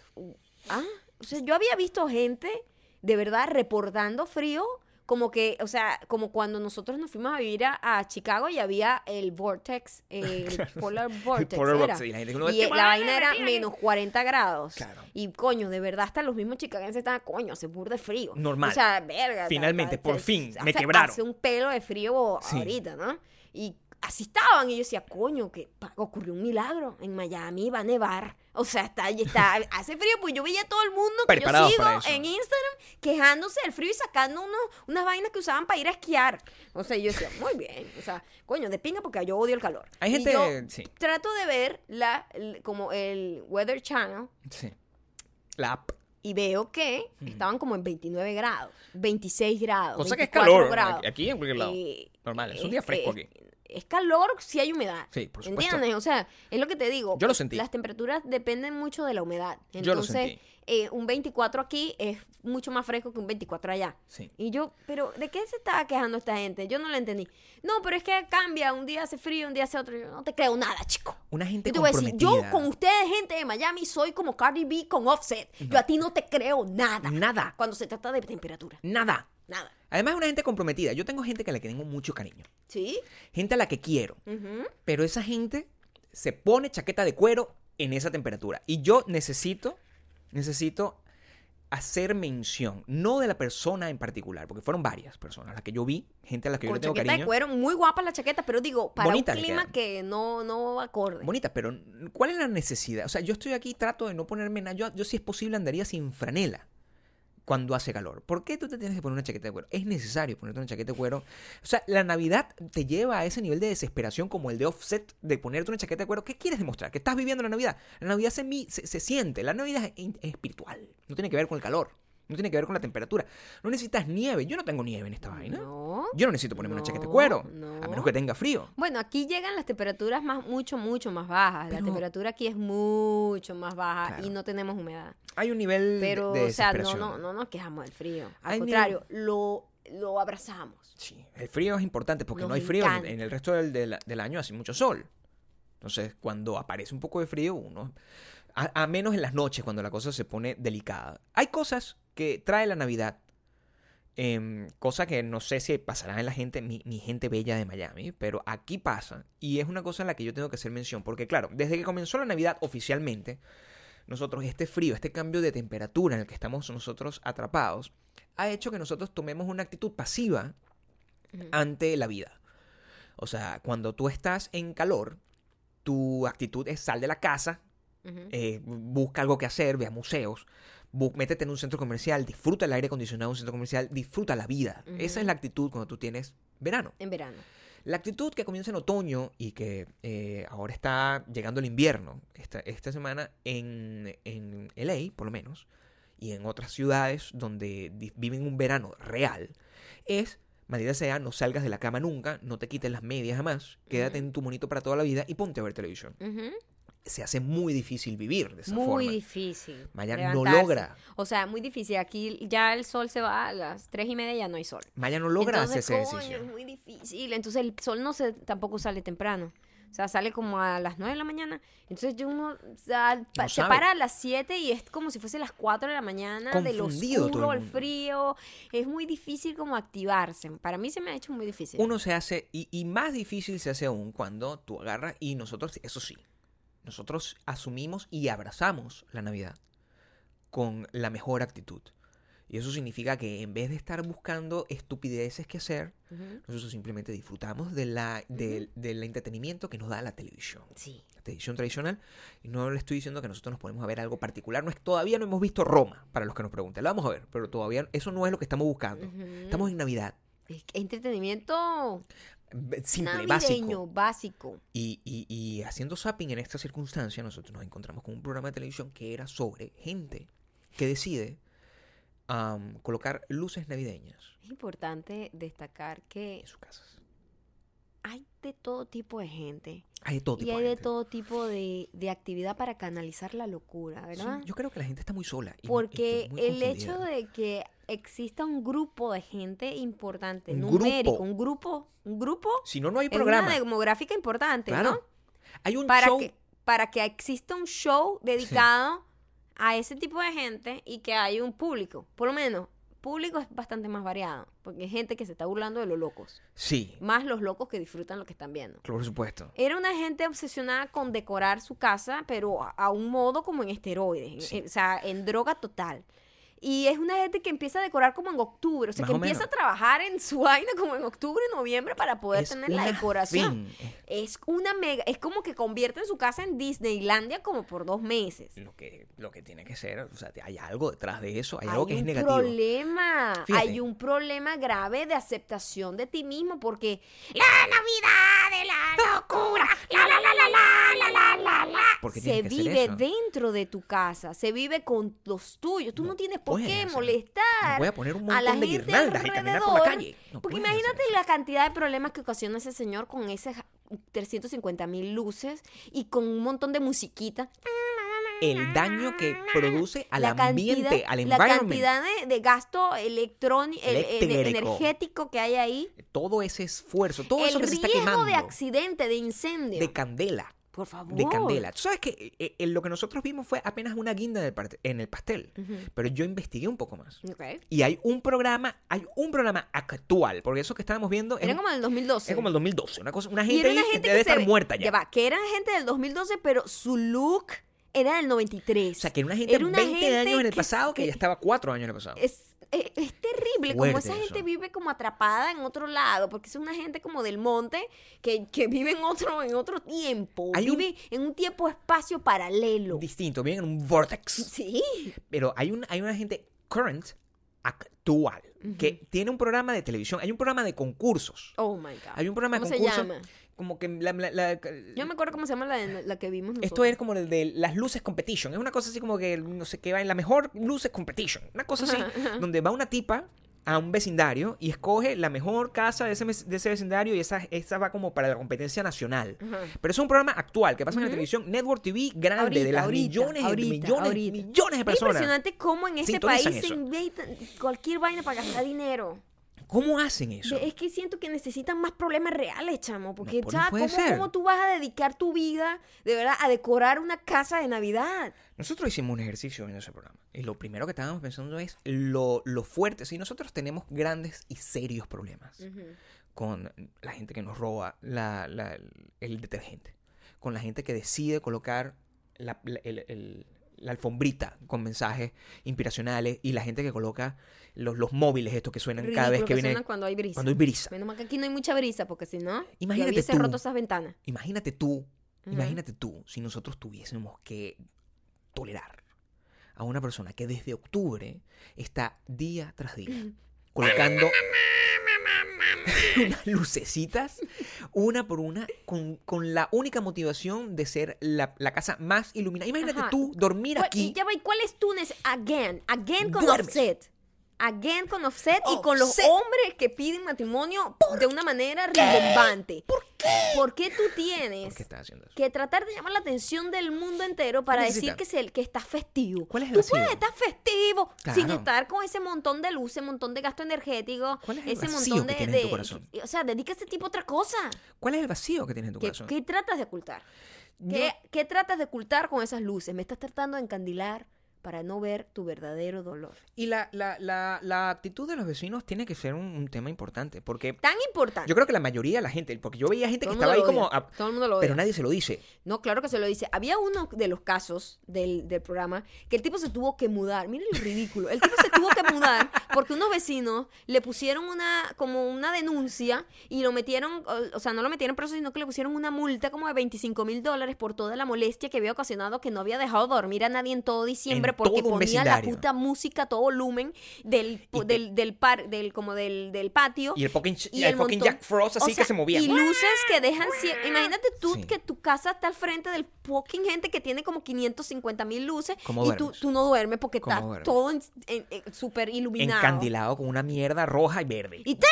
o sea, yo había visto gente de verdad reportando frío, como que, o sea, como cuando nosotros nos fuimos a vivir a Chicago y había el vortex, el polar vortex, Polar era. vortex, y la gente que Y la vaina era menos 40 grados. Claro. Y coño, de verdad, hasta los mismos chicagenses estaban, coño, hace burda de frío. Normal. O sea, verga. Finalmente, por fin, me quebraron. Hace un pelo de frío Sí. ahorita, ¿no? Y así estaban. Y yo decía, coño, que ocurrió un milagro. En Miami va a nevar. O sea, hace frío. Pues yo veía a todo el mundo que yo Preparados sigo para eso. en Instagram quejándose del frío y sacando unas vainas que usaban para ir a esquiar. O sea, yo decía, muy bien. O sea, coño, de pinga porque yo odio el calor. Hay Y gente... yo Sí. trato de ver como el Weather Channel Sí. La app. y veo que estaban como en 29 grados, 26 grados, Cosa que es 24 calor. grados. Aquí en cualquier lado. Normal. Es un día fresco aquí. Es calor si hay humedad. Sí, por supuesto. ¿Entiendes? O sea, es lo que te digo. Yo lo sentí. Las temperaturas dependen mucho de la humedad. Yo lo Entonces, un 24 aquí es mucho más fresco que un 24 allá. Sí. Y yo, pero ¿de qué se estaba quejando esta gente? Yo no lo entendí. No, pero es que cambia. Un día hace frío, un día hace otro. Yo no te creo nada, chico. Una gente Yo te voy a decir, comprometida. yo con ustedes, gente de Miami, soy como Cardi B con Offset. Yo a ti no te creo nada. Nada. Cuando se trata de temperatura. Nada. Nada. Además, es una gente comprometida. Yo tengo gente que le tengo mucho cariño. ¿Sí? Gente a la que quiero. Ujú. Pero esa gente se pone chaqueta de cuero en esa temperatura. Y yo necesito hacer mención, no de la persona en particular, porque fueron varias personas las que yo vi, gente a la que yo Con le tengo chaqueta de cariño. cuero, muy guapa la chaqueta, pero digo, para Bonita un le clima queda. que no acorde. Bonita, pero ¿cuál es la necesidad? O sea, yo estoy aquí, trato de no ponerme nada. Yo si es posible andaría sin franela cuando hace calor. ¿Por qué tú te tienes que poner una chaqueta de cuero? Es necesario ponerte una chaqueta de cuero. O sea, la Navidad te lleva a ese nivel de desesperación como el de Offset de ponerte una chaqueta de cuero. ¿Qué quieres demostrar? ¿Que estás viviendo la Navidad? La Navidad se siente. La Navidad es espiritual. No tiene que ver con el calor. No tiene que ver con la temperatura. No necesitas nieve. Yo no tengo nieve en esta vaina. No. Yo no necesito ponerme una chaqueta de No, cuero. no. A menos que tenga frío. Bueno, aquí llegan las temperaturas mucho más bajas. La Pero- temperatura aquí es mucho más baja Claro. y no tenemos humedad. Hay un nivel Pero, de o sea, desesperación. no nos quejamos del frío. Al Hay contrario, lo abrazamos. Sí, el frío es importante porque Nos no hay frío encanta. en el resto del año, hace mucho sol. Entonces, cuando aparece un poco de frío, uno... A menos en las noches, cuando la cosa se pone delicada. Hay cosas que trae la Navidad, cosa que no sé si pasará en la gente, mi gente bella de Miami, pero aquí pasa. Y es una cosa en la que yo tengo que hacer mención, porque claro, desde que comenzó la Navidad oficialmente, nosotros este frío, este cambio de temperatura en el que estamos nosotros atrapados, ha hecho que nosotros tomemos una actitud pasiva ante la vida. O sea, cuando tú estás en calor, tu actitud es sal de la casa, Ujú. busca algo que hacer, ve a museos, métete en un centro comercial, disfruta el aire acondicionado de un centro comercial, disfruta la vida. Ujú. Esa es la actitud cuando tú tienes verano. En verano. La actitud que comienza en otoño y que ahora está llegando el invierno, esta semana en LA, por lo menos, y en otras ciudades donde viven un verano real, es, maldita sea, no salgas de la cama nunca, no te quites las medias jamás, quédate en tu monito para toda la vida y ponte a ver televisión. Ujú. Se hace muy difícil vivir de esa Muy forma. difícil. Maya no levantarse. logra. O sea, muy difícil. Aquí ya el sol se va a las 3:30, ya no hay sol. Maya no logra Entonces, hacer ese coño, ejercicio. es muy difícil. Entonces el sol tampoco sale temprano. O sea, sale como a las 9 de la mañana. Entonces uno se sabe. para a las 7 y es como si fuese las 4 de la mañana, del Confundido todo oscuro, el el mundo. frío. Es muy difícil como activarse. Para mí se me ha hecho muy difícil. Uno se hace, y más difícil se hace aún cuando tú agarras, y nosotros, eso sí, nosotros asumimos y abrazamos la Navidad con la mejor actitud. Y eso significa que en vez de estar buscando estupideces que hacer, Ujú. nosotros simplemente disfrutamos del entretenimiento que nos da la televisión. Sí. La televisión tradicional. Y no le estoy diciendo que nosotros nos ponemos a ver algo particular. Todavía no hemos visto Roma, para los que nos pregunten. La vamos a ver, pero todavía eso no es lo que estamos buscando. Ujú. Estamos en Navidad. Entretenimiento simple, navideño, básico. básico. Y haciendo zapping en esta circunstancia, nosotros nos encontramos con un programa de televisión que era sobre gente que decide colocar luces navideñas Es importante destacar que en sus casas. hay de todo tipo de gente. Hay de todo tipo Y hay de de gente. todo tipo de actividad para canalizar la locura, Sí, ¿verdad? yo creo que la gente está muy sola. Porque muy el hecho confundida. de que exista un grupo de gente importante, Un numérico, grupo. un grupo Si no, no hay es programa. una demográfica importante, Claro. ¿no? Hay un Para show. que exista un show dedicado a ese tipo de gente y que haya un público. Por lo menos, público es bastante más variado, porque hay gente que se está burlando de los locos, Sí, más los locos que disfrutan lo que están viendo. por supuesto. Era una gente obsesionada con decorar su casa, pero a un modo como en esteroides, Sí. o sea, en droga total. Y es una gente que empieza a decorar como en octubre, o sea, Más que o empieza menos. a trabajar en su vaina como en octubre, noviembre para poder Es tener la una decoración. fin. Es una mega, es como que convierten su casa en Disneylandia como por 2 meses. Lo que tiene que ser, o sea, hay algo detrás de eso, hay Hay algo que es un negativo. problema, Fíjate. hay un problema grave de aceptación de ti mismo porque la Navidad de la locura, ¿Por qué se tiene que ser vive eso? dentro de tu casa, se vive con los tuyos. Tú no tienes por puedes qué hacer. molestar Voy a poner un a la montón de gente guirnaldas y caminar por la alrededor, calle. No porque puedes hacer imagínate eso. la cantidad de problemas que ocasiona ese señor con esas 350,000 luces y con un montón de musiquita. El daño que produce al La ambiente, cantidad- al La environment. cantidad de gasto electrónico, Eléctrico. energético que hay ahí. Todo ese esfuerzo, todo eso El que se está riesgo quemando. de accidente, de incendio. De candela. Por favor. De candela. Tú sabes que lo que nosotros vimos fue apenas una guinda en el pastel. Ujú. Pero yo investigué un poco más. Ok. Y hay un programa actual. Porque eso que estábamos viendo Era como en el 2012. es como el 2012. Una Y gente, era una ahí gente debe que se estar ve- muerta ya. va, que era gente del 2012, pero su look era del 93. O sea, que era una gente Era una 20 gente años en el que- pasado que ya estaba 4 años en el pasado. Es terrible, Fuerte como esa gente eso. vive como atrapada en otro lado, porque es una gente como del monte que vive en otro tiempo, Hay un- vive en un tiempo-espacio paralelo. Distinto, bien en un vortex. Sí. Pero hay una gente current, actual, que tiene un programa de televisión. Hay un programa de concursos. Oh my God. Hay un programa ¿Cómo de se concursos. llama? Como que Yo me acuerdo cómo se llama la que vimos nosotros. esto es como el de las luces competition. Es una cosa así como que no sé qué va en la mejor luces competition. Una cosa así, donde va una tipa a un vecindario y escoge la mejor casa de ese vecindario y esa va como para la competencia nacional. Ajá. Pero es un programa actual que pasa en la televisión, Network TV grande, de las millones de personas. Es impresionante cómo en este país Sintonizan se eso. inventa cualquier vaina para gastar dinero. ¿Cómo hacen eso? Es que siento que necesitan más problemas reales, chamo. Porque, No, pues, ¿sabes? no puede ser. ¿Cómo tú vas a dedicar tu vida, de verdad, a decorar una casa de Navidad? Nosotros hicimos un ejercicio en ese programa. Y lo primero que estábamos pensando es lo fuerte. Si nosotros tenemos grandes y serios problemas con la gente que nos roba el detergente, con la gente que decide colocar la alfombrita con mensajes inspiracionales y la gente que coloca los móviles estos que suenan cada vez Ridículo que viene suena cuando hay brisa. cuando hay brisa. Menos mal que aquí no hay mucha brisa, porque si no, Imagínate yo hubiese tú. roto esas ventanas. Imagínate tú si nosotros tuviésemos que tolerar a una persona que desde octubre está día tras día colocando unas lucecitas, una por una, con la única motivación de ser la casa más iluminada. Imagínate Ajá. tú dormir aquí. Y ya va, ¿y cuál es tu Again con Duermes. Offset. Again con Offset y con los Offset. hombres que piden matrimonio de una manera ribombante. ¿Por qué? ¿Por qué tú tienes ¿Por qué estás haciendo eso? que tratar de llamar la atención del mundo entero para decir necesita? que estás festivo? ¿Cuál es el Tú vacío? puedes estar festivo Claro. sin estar con ese montón de luces, montón de gasto energético, ¿Cuál es el ese vacío montón que de, tienes en tu corazón? O sea, dedica ese tipo a otra cosa. ¿Cuál es el vacío que tienes en tu corazón? ¿Qué tratas de ocultar? ¿Qué tratas de ocultar con esas luces? Me estás tratando de encandilar para no ver tu verdadero dolor. Y la actitud de los vecinos tiene que ser un tema importante, porque Tan importante. yo creo que la mayoría de la gente, porque yo veía gente Todo que el mundo estaba ahí lo como... odia. Todo el mundo lo odia. pero nadie se lo dice. No, claro que se lo dice. Había uno de los casos del programa que el tipo se tuvo que mudar. Miren lo ridículo. El tipo se tuvo que mudar porque unos vecinos le pusieron como una denuncia y lo metieron, o sea, no lo metieron preso, sino que le pusieron una multa como de $25,000 por toda la molestia que había ocasionado, que no había dejado dormir a nadie en todo diciembre hombre porque todo un ponía la vecindario. puta música a todo volumen del patio. Y el fucking montón. Jack Frost así O sea, que se movía. Y luces que dejan... Imagínate tú Sí. que tu casa está al frente del fucking gente que tiene como 550,000 luces. ¿Cómo y duermes? tú no duermes porque ¿Cómo está duermes? todo súper iluminado. Encandilado con una mierda roja y verde. Y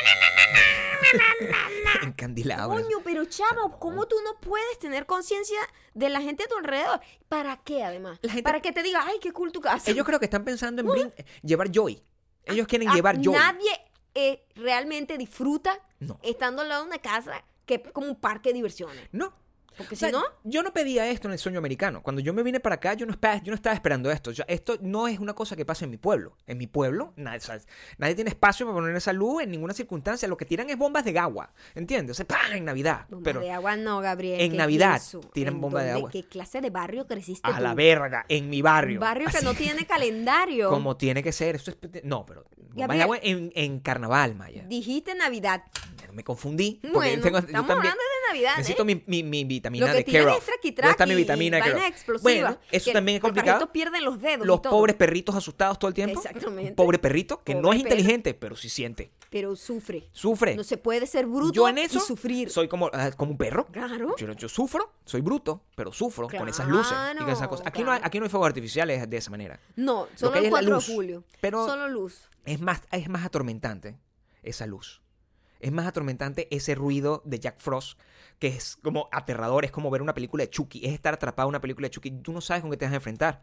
Encandilado. coño, pero chavo, ¿cómo tú no puedes tener conciencia de la gente a tu alrededor? ¿Para qué, además? La gente- Para que te diga, ay, qué cool tu casa. Ellos creo que están pensando en llevar joy. Ellos quieren llevar joy. Nadie realmente disfruta No. estando al lado de una casa que es como un parque de diversiones. No. Porque O sea, si no... yo no pedía esto en el sueño americano. Cuando yo me vine para acá, yo no estaba esperando esto. Esto no es una cosa que pasa en mi pueblo. En mi pueblo, nadie tiene espacio para poner esa luz en ninguna circunstancia. Lo que tiran es bombas de agua. ¿Entiendes? O sea, ¡pam! En Navidad. Bomba Pero de agua no, Gabriel. en ¿qué Navidad es eso? tiran ¿En bomba de dónde? agua. ¿Qué clase de barrio creciste a tú? la verga, en mi barrio. Un barrio que Así, no tiene calendario. como tiene que ser. Eso es, no, pero bombas de Gabriel, agua en carnaval, Maya. Dijiste Navidad. Me confundí. Porque Bueno, yo también estamos hablando de Navidad, necesito ¿eh? mi vitamina Lo que de tiene Care es Of. traquitraqui ¿Dónde está mi vitamina y Care vainas Of? explosivas. Bueno, eso que también es los complicado. carritos pierden los dedos Los y todo. pobres perritos asustados todo el tiempo. Exactamente. Un pobre perrito que no Pobre es perro. inteligente, pero sí siente. Pero sufre. Sufre. No se puede ser bruto Yo en eso y sufrir. soy como un perro. Claro. Yo sufro, soy bruto, pero sufro con esas luces y con esas cosas. Aquí no hay fuegos artificiales de esa manera. No, Lo solo que hay el es la 4 luz, de julio. pero- Solo luz. Es más atormentante esa luz. Es más atormentante ese ruido de Jack Frost, que es como aterrador, es como ver una película de Chucky, es estar atrapado en una película de Chucky, tú no sabes con qué te vas a enfrentar.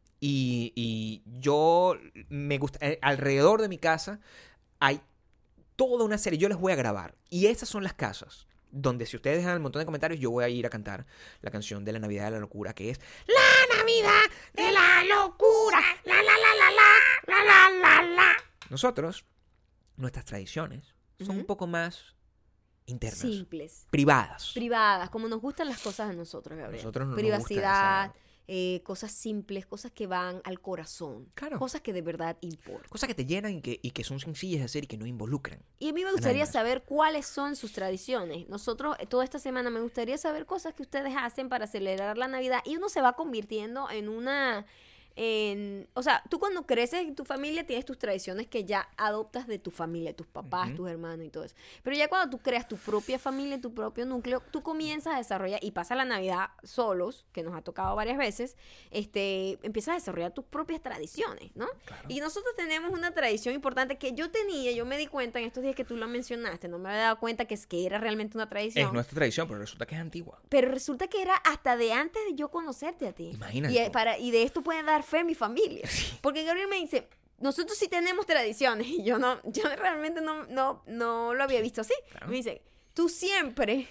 Y yo me gusta, alrededor de mi casa hay toda una serie, yo les voy a grabar, y esas son las casas donde si ustedes dejan un montón de comentarios, yo voy a ir a cantar la canción de la Navidad de la Locura, que es La Navidad de la Locura, la la la la la, la la la la. Nosotros, nuestras tradiciones son un poco más internas, Simples. privadas. Privadas, como nos gustan las cosas de nosotros, Gabriel. Nosotros no nos Privacidad, gusta cosas simples, cosas que van al corazón. Claro. Cosas que de verdad importan. Cosas que te llenan y que son sencillas de hacer y que no involucran. Y a mí me nadie gustaría más. saber cuáles son sus tradiciones. Nosotros, toda esta semana, me gustaría saber cosas que ustedes hacen para celebrar la Navidad. Y uno se va convirtiendo en una... o sea, tú cuando creces en tu familia tienes tus tradiciones que ya adoptas de tu familia, tus papás, tus hermanos y todo eso. Pero ya cuando tú creas tu propia familia, tu propio núcleo, tú comienzas a desarrollar, y pasa la Navidad solos, que nos ha tocado varias veces, empiezas a desarrollar tus propias tradiciones, ¿no? Claro. Y nosotros tenemos una tradición importante que yo me di cuenta en estos días que tú lo mencionaste, no me había dado cuenta que era realmente una tradición. Es nuestra tradición, pero resulta que es antigua. Pero resulta que era hasta de antes de yo conocerte a ti. Imagínate Y, tú. y de esto puede dar fe mi familia. Porque Gabriel me dice, nosotros sí tenemos tradiciones. Y yo realmente no lo había visto así. Claro. Me dice, tú siempre...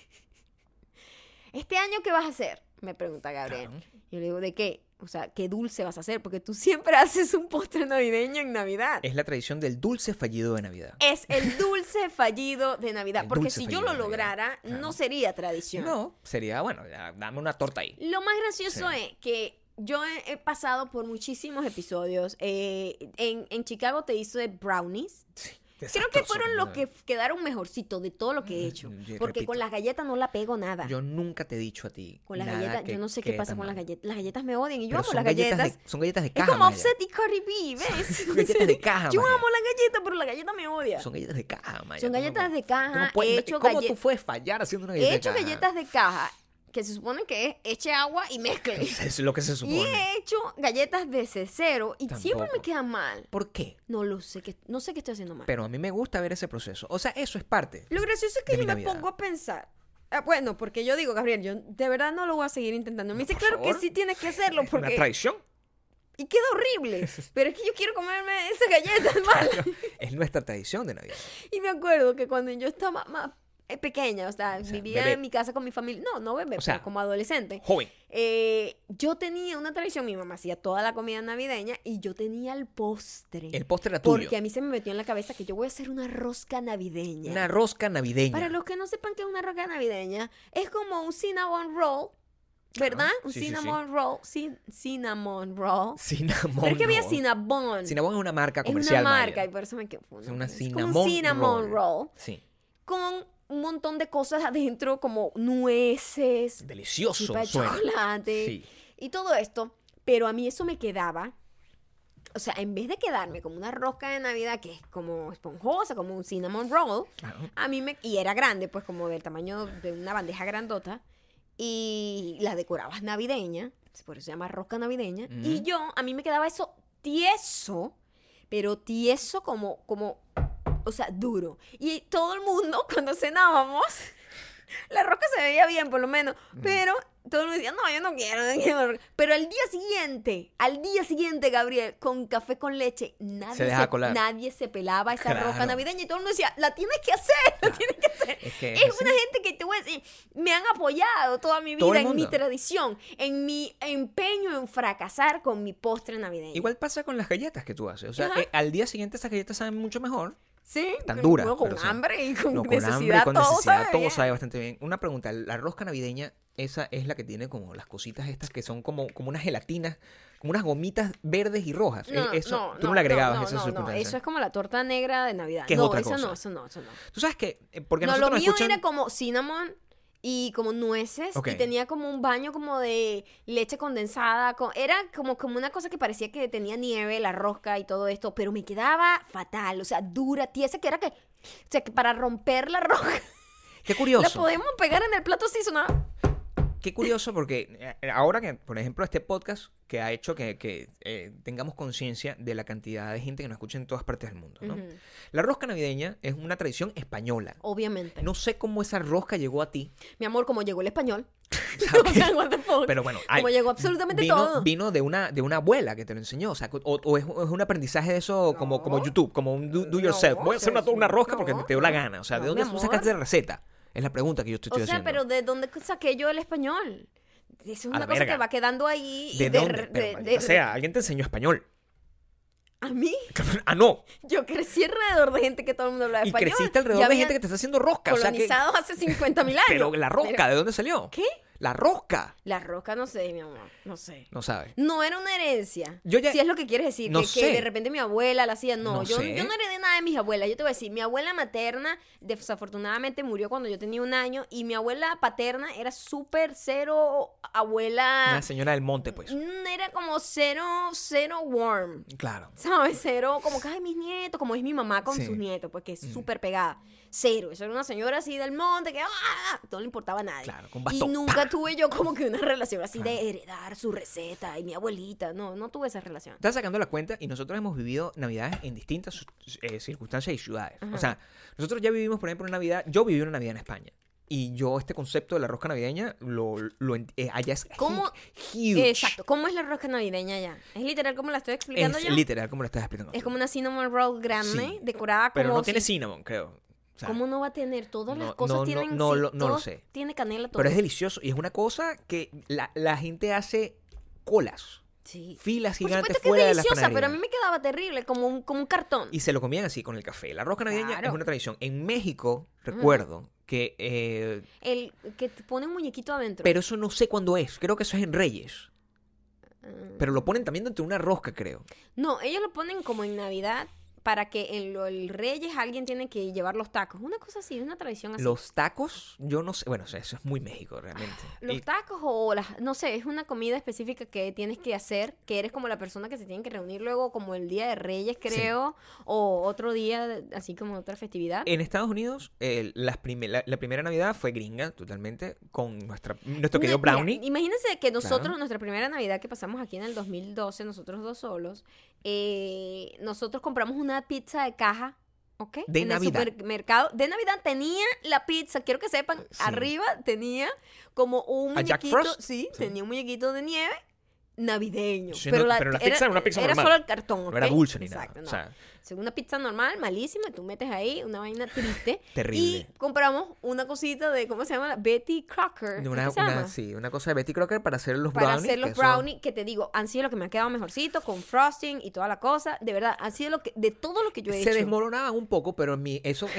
¿Este año qué vas a hacer? Me pregunta Gabriel. Claro. Yo le digo, ¿de qué? O sea, ¿qué dulce vas a hacer? Porque tú siempre haces un postre navideño en Navidad. Es la tradición del dulce fallido de Navidad. Es el dulce fallido de Navidad. El Porque dulce si yo fallido lo de Navidad. lograra, Claro. no sería tradición. No, sería, bueno, ya, dame una torta ahí. Lo más gracioso Sí. es que yo he pasado por muchísimos episodios. En Chicago te hice brownies. Sí, Creo que desastroso. fueron los que quedaron mejorcitos de todo lo que he hecho. Yo Porque repito, con las galletas no la pego nada. Yo nunca te he dicho a ti. Con las nada galletas, que yo no sé qué quede pasa tan con las mal. galletas. Las galletas me odian y yo Pero amo son las galletas. son galletas de Es caja. como Maya. Offset y Cardi B, ¿ves? Son galletas de caja, Yo Maya. amo las galletas, pero la galleta me odia. Son galletas de caja, Maya. Son Tú no galletas puedes- de caja, tú no puedes- he hecho ¿Cómo galle- tú puedes fallar haciendo una He galleta hecho de caja? galletas de caja que se supone que es eche agua y mezcle. Eso es lo que se Y supone. he hecho galletas de cero y siempre me Tampoco. quedan mal. ¿Por qué? No lo sé, no sé qué estoy haciendo mal. Pero a mí me gusta ver ese proceso. O sea, eso es parte. Lo gracioso es que de yo mi me Navidad. pongo a pensar. Bueno, porque yo digo, Gabriel, yo de verdad no lo voy a seguir intentando. Me dice, por claro favor. que sí tienes que hacerlo Una porque... traición. Y queda horrible. Pero es que yo quiero comerme esas galletas malas. Es nuestra tradición de Navidad. Y me acuerdo que cuando yo estaba más pequeña, o sea, vivía bebé. en mi casa con mi familia. No bebé, O sea, pero como adolescente. Joven. Yo tenía una tradición, mi mamá hacía toda la comida navideña y yo tenía el postre. El postre era tuyo. Porque a mí se me metió en la cabeza que yo voy a hacer una rosca navideña. Una rosca navideña. Para los que no sepan qué es una rosca navideña, es como un cinnamon roll, ¿verdad? Claro, Un sí, sí, sí. cinnamon roll, cinnamon roll. Cinnamon. Pero es que había roll. cinnamon. Cinnamon es una marca Es comercial. una Maya. marca y por eso me quedo. Es una como cinnamon un cinnamon roll Sí. con un montón de cosas adentro como nueces, Delicioso chipa de suena. chocolate Sí. y todo esto. Pero a mí eso me quedaba, o sea, en vez de quedarme como una rosca de Navidad que es como esponjosa, como un cinnamon roll, Claro. y era grande, pues como del tamaño de una bandeja grandota, y la decorabas navideña, por eso se llama rosca navideña, y a mí me quedaba eso tieso, pero tieso como, o sea, duro. Y todo el mundo, cuando cenábamos, la rosca se veía bien, por lo menos, pero todo el mundo decía, no, yo no quiero. Pero al día siguiente, Gabriel, con café con leche, nadie se pelaba esa rosca navideña y todo el mundo decía, la tienes que hacer, la tienes que hacer. Es una gente que te voy a decir, me han apoyado toda mi vida en mi tradición, en mi empeño en fracasar con mi postre navideño. Igual pasa con las galletas que tú haces. O sea, al día siguiente esas galletas saben mucho mejor. Sí, tan duras. Con hambre y con necesidad. Todo sabe bien. Bastante bien. Una pregunta, la rosca navideña, esa es la que tiene como las cositas estas que son como unas gelatinas, como unas gomitas verdes y rojas. Tú no le agregabas esa sustancia. Eso es como la torta negra de Navidad. Que es otra cosa. Eso no. Tú sabes que, porque lo nosotros mío era como cinnamon y como nueces, y tenía como un baño como de leche condensada, era como una cosa que parecía que tenía nieve, la rosca y todo esto, pero me quedaba fatal, o sea, dura, tiesa, que que para romper la rosca, qué curioso, la podemos pegar en el plato así, sonaba. Qué curioso, porque ahora que, por ejemplo, este podcast que ha hecho que tengamos conciencia de la cantidad de gente que nos escucha en todas partes del mundo, ¿no? La rosca navideña es una tradición española. Obviamente. No sé cómo esa rosca llegó a ti. Mi amor, como llegó el español. Okay. O sea, what the fuck. Pero bueno, como llegó absolutamente todo. Vino de una abuela que te lo enseñó. O sea, o es un aprendizaje de eso como YouTube, como un do yourself. Voy a hacer una rosca porque te dio la gana. O sea, ¿de dónde sacaste la receta? Es la pregunta que yo estoy haciendo. O sea, pero ¿de dónde saqué yo el español? Eso es una cosa que va quedando ahí. ¿De dónde? O sea, alguien te enseñó español. ¿A mí? Ah, no. Yo crecí alrededor de gente que todo el mundo hablaba español. Y creciste alrededor de gente que te está haciendo rosca. Colonizados hace 50.000 años. Pero la rosca, ¿de dónde salió? ¿Qué? La rosca. La rosca, no sé, mi amor. No sé. No sabes. No era una herencia. Si es lo que quieres decir. No que de repente mi abuela la hacía. No, yo no heredé nada de mis abuelas. Yo te voy a decir, mi abuela materna desafortunadamente murió cuando yo tenía 1 año. Y mi abuela paterna era súper cero abuela. Una señora del monte, pues. Era como cero warm. Claro. ¿Sabes? Cero, como que ay, mis nietos, como es mi mamá con sus nietos, pues que es súper pegada. Cero. Eso era una señora así del monte que no le importaba a nadie. Claro, con bastón. Y nunca tuve yo como que una relación así de heredar su receta y mi abuelita. No tuve esa relación. Estás sacando la cuenta y nosotros hemos vivido Navidades en distintas circunstancias y ciudades. O sea, nosotros ya vivimos, por ejemplo, una Navidad. Yo viví una Navidad en España. Y yo este concepto de la rosca navideña allá es huge. Exacto. ¿Cómo es la rosca navideña allá? ¿Es literal como la estoy explicando ya? Es literal como la estás explicando. Es como una cinnamon roll grande, decorada como... Pero no tiene cinnamon, creo. O sea, ¿cómo no va a tener? Todas las cosas tienen... No lo sé. Tiene canela, todo. Pero es delicioso. Y es una cosa que la gente hace colas. Sí. Filas gigantes fuera de las panaderías. Pero a mí me quedaba terrible, como un cartón. Y se lo comían así, con el café. La rosca navideña es una tradición. En México, recuerdo que... el que te pone un muñequito adentro. Pero eso no sé cuándo es. Creo que eso es en Reyes. Pero lo ponen también dentro de una rosca, creo. No, ellos lo ponen como en Navidad, para que en el Reyes alguien tiene que llevar los tacos. Una cosa así, una tradición así. Los tacos, yo no sé. Bueno, o sea, eso es muy México, realmente. Los tacos no sé, es una comida específica que tienes que hacer, que eres como la persona que se tiene que reunir luego como el Día de Reyes, creo, o otro día, así como otra festividad. En Estados Unidos, la primera Navidad fue gringa, totalmente, con nuestro querido brownie. Mira, imagínense que nosotros, nuestra primera Navidad que pasamos aquí en el 2012, nosotros 2 solos, nosotros compramos una pizza de caja, ¿ok? De Navidad. El supermercado de Navidad tenía la pizza, quiero que sepan, arriba tenía como un muñequito, sí, tenía un muñequito de nieve navideño. Sí, pero la pizza era una pizza normal. Era solo el cartón, ¿ok? No era dulce ni Exacto, nada. No. O sea, una pizza normal, malísima, tú metes ahí una vaina triste. Terrible. Y compramos una cosita de, ¿cómo se llama? Betty Crocker. Sí, una cosa de Betty Crocker para hacer los brownies. Para hacer los brownies, que te digo, han sido lo que me ha quedado mejorcito, con frosting y toda la cosa. De verdad, han sido de todo lo que yo he hecho. Se desmoronaban un poco, pero en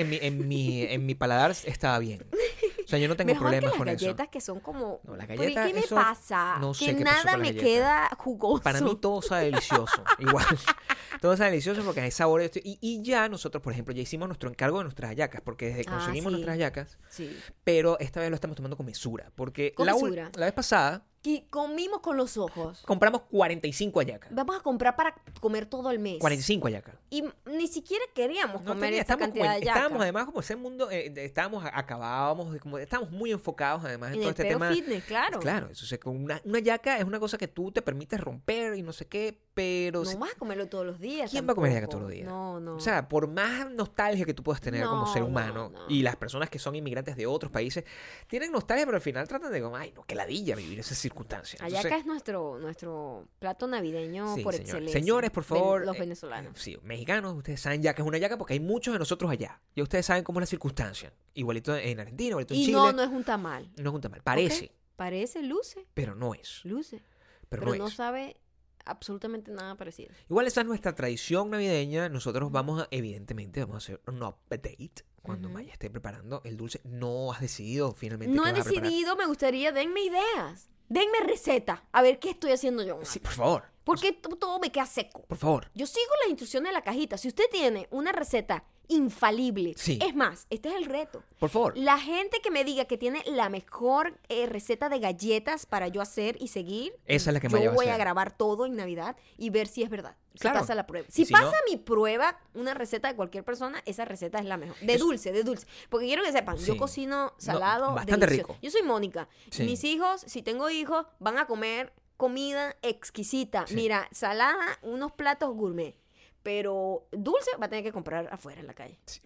mi paladar estaba bien. O sea, yo no tengo problemas con eso. Las galletas que son como... No, las galletas, ¿qué me pasa? No sé que qué nada me queda jugoso. Para mí todo sabe delicioso. Igual. Todo sabe delicioso porque hay sabores. Y ya nosotros, por ejemplo, ya hicimos nuestro encargo de nuestras hallacas. Porque desde que conseguimos nuestras hallacas. Sí. Pero esta vez lo estamos tomando con mesura. Porque ¿Con mesura? la vez pasada comimos con los ojos. Compramos 45 hallacas. Vamos a comprar para comer todo el mes. 45 hallacas. Y ni siquiera queríamos No comer tenía, esa cantidad de hallacas. estábamos además como ese mundo, acabábamos, como estábamos muy enfocados además en todo el este peo tema. fitness, claro. Claro, eso es con una hallaca es una cosa que tú te permites romper y no sé qué, pero No vas a comerlo todos los días. ¿quién va a comer hallaca tampoco. todos los días? No. O sea, por más nostalgia que tú puedas tener como ser No, humano, no. y las personas que son inmigrantes de otros países tienen nostalgia, pero al final tratan de como, ay, no, qué ladilla vivir esas circunstancias. Hallaca es nuestro plato navideño Sí, por señor. excelencia. Señores, por favor. Los venezolanos. Sí, mexicanos, ustedes saben ya que es una yaca porque hay muchos de nosotros allá. Y ustedes saben cómo es la circunstancia. Igualito en Argentina, igualito en Y Chile. no es un tamal. No es un tamal. Parece, ¿Ok? Parece, luce. pero no es. Pero no no es. sabe absolutamente nada parecido. Igual esa es nuestra tradición navideña. Nosotros evidentemente, vamos a hacer un update cuando Maya esté preparando el dulce. No has decidido finalmente No qué he vas a preparar. decidido, me gustaría, denme ideas. Denme receta. A ver qué estoy haciendo yo. Sí, por favor. Porque todo me queda seco. Por favor. Yo sigo las instrucciones de la cajita. Si usted tiene una receta infalible, Sí. es más, este es el reto. Por favor. La gente que me diga que tiene la mejor receta de galletas para yo hacer y seguir, Esa es la que Maya va yo a voy a hacer. grabar todo en Navidad y ver si es verdad. Si Claro. pasa la prueba. Y Si si pasa no- mi prueba, una receta de cualquier persona, esa receta es la mejor. De Es- dulce. Porque quiero que sepan, yo Sí. cocino salado, bastante delicioso. rico. Yo soy Mónica. Sí. Mis hijos, si tengo hijos, van a comer comida exquisita. Sí. Mira, salada, unos platos gourmet. Pero dulce va a tener que comprar afuera en la calle. Sí,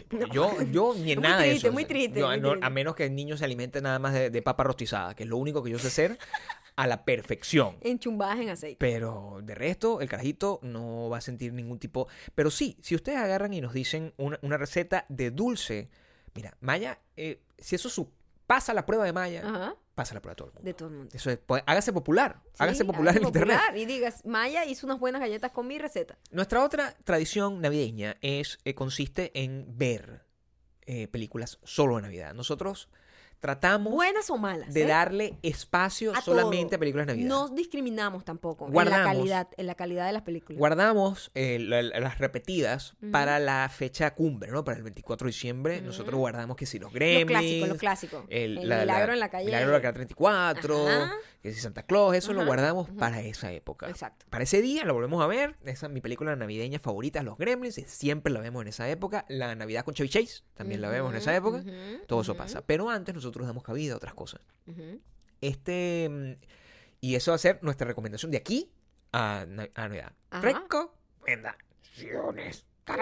yo ni en Muy nada de triste, eso. muy triste, Yo, muy no, triste. a menos que el niño se alimente nada más de papa rostizada, que es lo único que yo sé hacer a la perfección. Enchumbadas en aceite. Pero de resto, el carajito no va a sentir ningún tipo. Pero sí, si ustedes agarran y nos dicen una receta de dulce, mira, Maya, si eso pasa la prueba de Maya, Ajá. pasa la prueba de todo el mundo. De todo el mundo. Eso es, pues, hágase popular. Sí, Hágase popular en hágase internet. popular y digas, Maya hizo unas buenas galletas con mi receta. Nuestra otra tradición navideña consiste en ver películas solo de Navidad. Nosotros tratamos Buenas o malas. de darle espacio A solamente todo. a películas de Navidad. No discriminamos tampoco Guardamos. en la calidad de las películas. Guardamos las repetidas Ujú. para la fecha cumbre, ¿no? Para el 24 de diciembre. Ujú. Nosotros guardamos que si los Los Gremlins, clásicos. El la- milagro en la calle. Milagro en la calle 34, Ajá. que si Santa Claus, eso lo Ajá, guardamos ajá. para esa época. Exacto. Para ese día lo volvemos a ver. Esa es mi película navideña favorita, Los Gremlins. Y siempre la vemos en esa época. La Navidad con Chevy Chase también la vemos en esa época. Ujú, Todo eso ujú, pasa. Pero antes nosotros damos cabida a otras cosas. ujú. Y eso va a ser nuestra recomendación de aquí a Navidad. Ajá. Recomendaciones.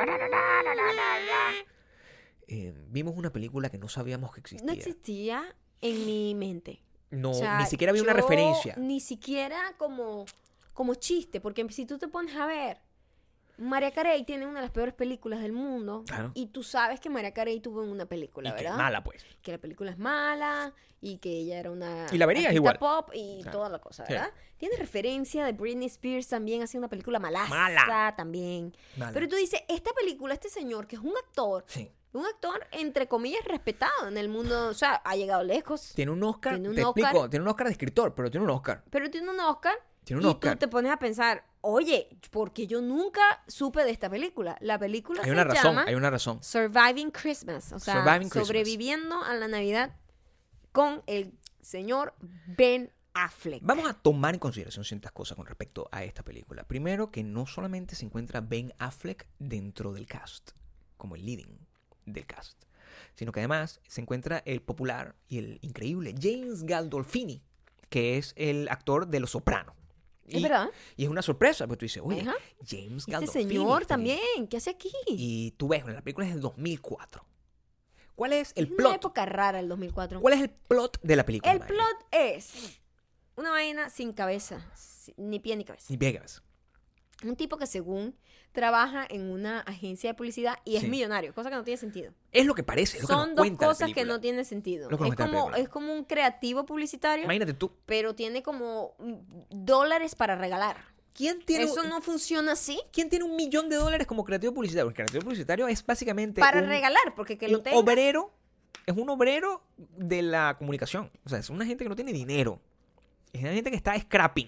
Vimos una película que no sabíamos que existía. No existía en mi mente. No, O sea, ni siquiera había una yo referencia. Ni siquiera como chiste, porque si tú te pones a ver, Mariah Carey tiene una de las peores películas del mundo. Claro. Y tú sabes que Mariah Carey tuvo una película, Y que ¿verdad? mala, pues. Que la película es mala y que ella era una Y la verías artista igual. pop y Claro. toda la cosa, Sí. ¿verdad? Tiene referencia de Britney Spears también, hace una película malaza Mala. también. Mala. Pero tú dices, esta película, este señor, que es un actor, Sí. entre comillas, respetado en el mundo, o sea, ha llegado lejos, Tiene un Oscar, Tiene un te Oscar. explico, tiene un Oscar de escritor, pero tiene un Oscar. pero tiene un Oscar. Tiene un y Oscar. tú te pones a pensar, oye, porque yo nunca supe de esta película. La película Hay se una razón, llama hay una razón. Surviving Christmas, o sea, Surviving Christmas. sobreviviendo a la Navidad con el señor Ben Affleck. Vamos a tomar en consideración ciertas cosas con respecto a esta película. Primero, que no solamente se encuentra Ben Affleck dentro del cast, como el leading del cast, sino que además se encuentra el popular y el increíble James Gandolfini, que es el actor de Los Sopranos. Es verdad. Y es una sorpresa, porque tú dices, oye, Ajá. James Este Gandolfini. señor está aquí. también, ¿qué hace aquí? Y tú ves, bueno, la película es del 2004. ¿Cuál es el Es una plot? época rara el 2004. ¿Cuál es el plot de la película? El Maya? plot es una vaina sin cabeza, ni pie ni cabeza. Ni Vegas. Un tipo que según trabaja en una agencia de publicidad y es Sí. millonario, cosa que no tiene sentido. Es lo que parece, es lo que Son nos dos cuenta la cosas que película. no tienen sentido. Lo que nos Es cuenta la película. como un creativo publicitario, Imagínate tú. pero tiene como dólares para regalar. ¿Quién tiene, Eso no funciona así. ¿Quién tiene $1 millón como creativo publicitario? Porque el creativo publicitario es básicamente Para un, regalar, porque que lo un tengas. obrero. Es un obrero de la comunicación. O sea, es una gente que no tiene dinero. Es una gente que está scrapping.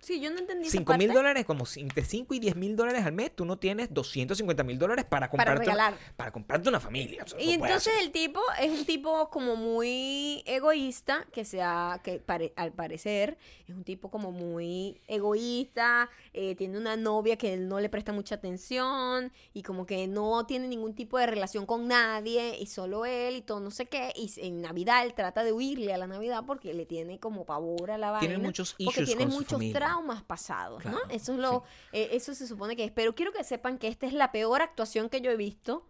Sí, yo no entendí esa 5,000 parte. dólares, como entre 5 y 10 mil dólares al mes, tú no tienes 250,000 dólares para comprarte, regalar. para comprarte una familia. O sea, Y no puedes entonces hacer. el tipo es un tipo como muy egoísta, al parecer es un tipo como muy egoísta, tiene una novia que él no le presta mucha atención y como que no tiene ningún tipo de relación con nadie y solo él y todo no sé qué. Y en Navidad él trata de huirle a la Navidad porque le tiene como pavor a la vaina. Tiene muchos porque issues tiene con su muchos familia. traumas pasados, ¿no? Claro, Eso es lo, eso se supone que es. Pero quiero que sepan que esta es la peor actuación que yo he visto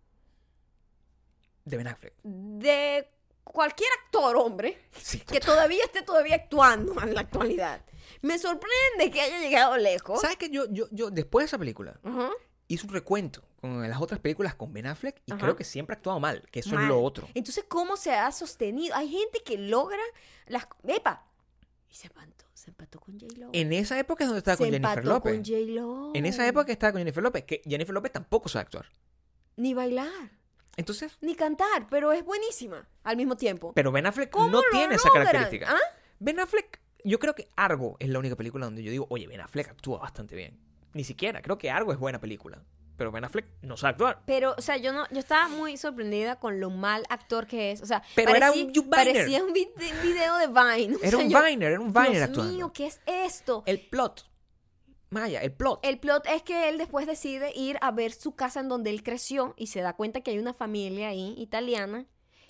De Ben Affleck. de cualquier actor, hombre, Sí, que todavía esté actuando en la actualidad. Me sorprende que haya llegado lejos. ¿Sabes qué? Yo, después de esa película, Ajá. hice un recuento con las otras películas con Ben Affleck y Ajá. creo que siempre ha actuado mal, que eso Mal. es lo otro. Entonces, ¿cómo se ha sostenido? Hay gente que logra las... ¡Epa! Y se empató con J-Lo. En esa época es donde estaba Se con Jennifer empató López. con J-Lo. En esa época estaba con Jennifer López, que Jennifer López tampoco sabe actuar. Ni bailar, Entonces, ni cantar, pero es buenísima al mismo tiempo. pero Ben Affleck ¿Cómo no lo tiene esa logran? característica. ¿Ah? Ben Affleck, yo creo que Argo es la única película donde yo digo, oye, Ben Affleck actúa bastante bien. Ni siquiera, creo que Argo es buena película. Pero Ben Affleck no sabe actuar. Pero, o sea, yo estaba muy sorprendida con lo mal actor que es. O sea, Pero era un Viner. parecía un video de Vine. O Era sea, un yo, Viner, era un Viner Dios actuando. mío, ¿qué es esto? El plot. Maya, el plot. El plot es que él después decide ir a ver su casa en donde él creció y se da cuenta que hay una familia ahí italiana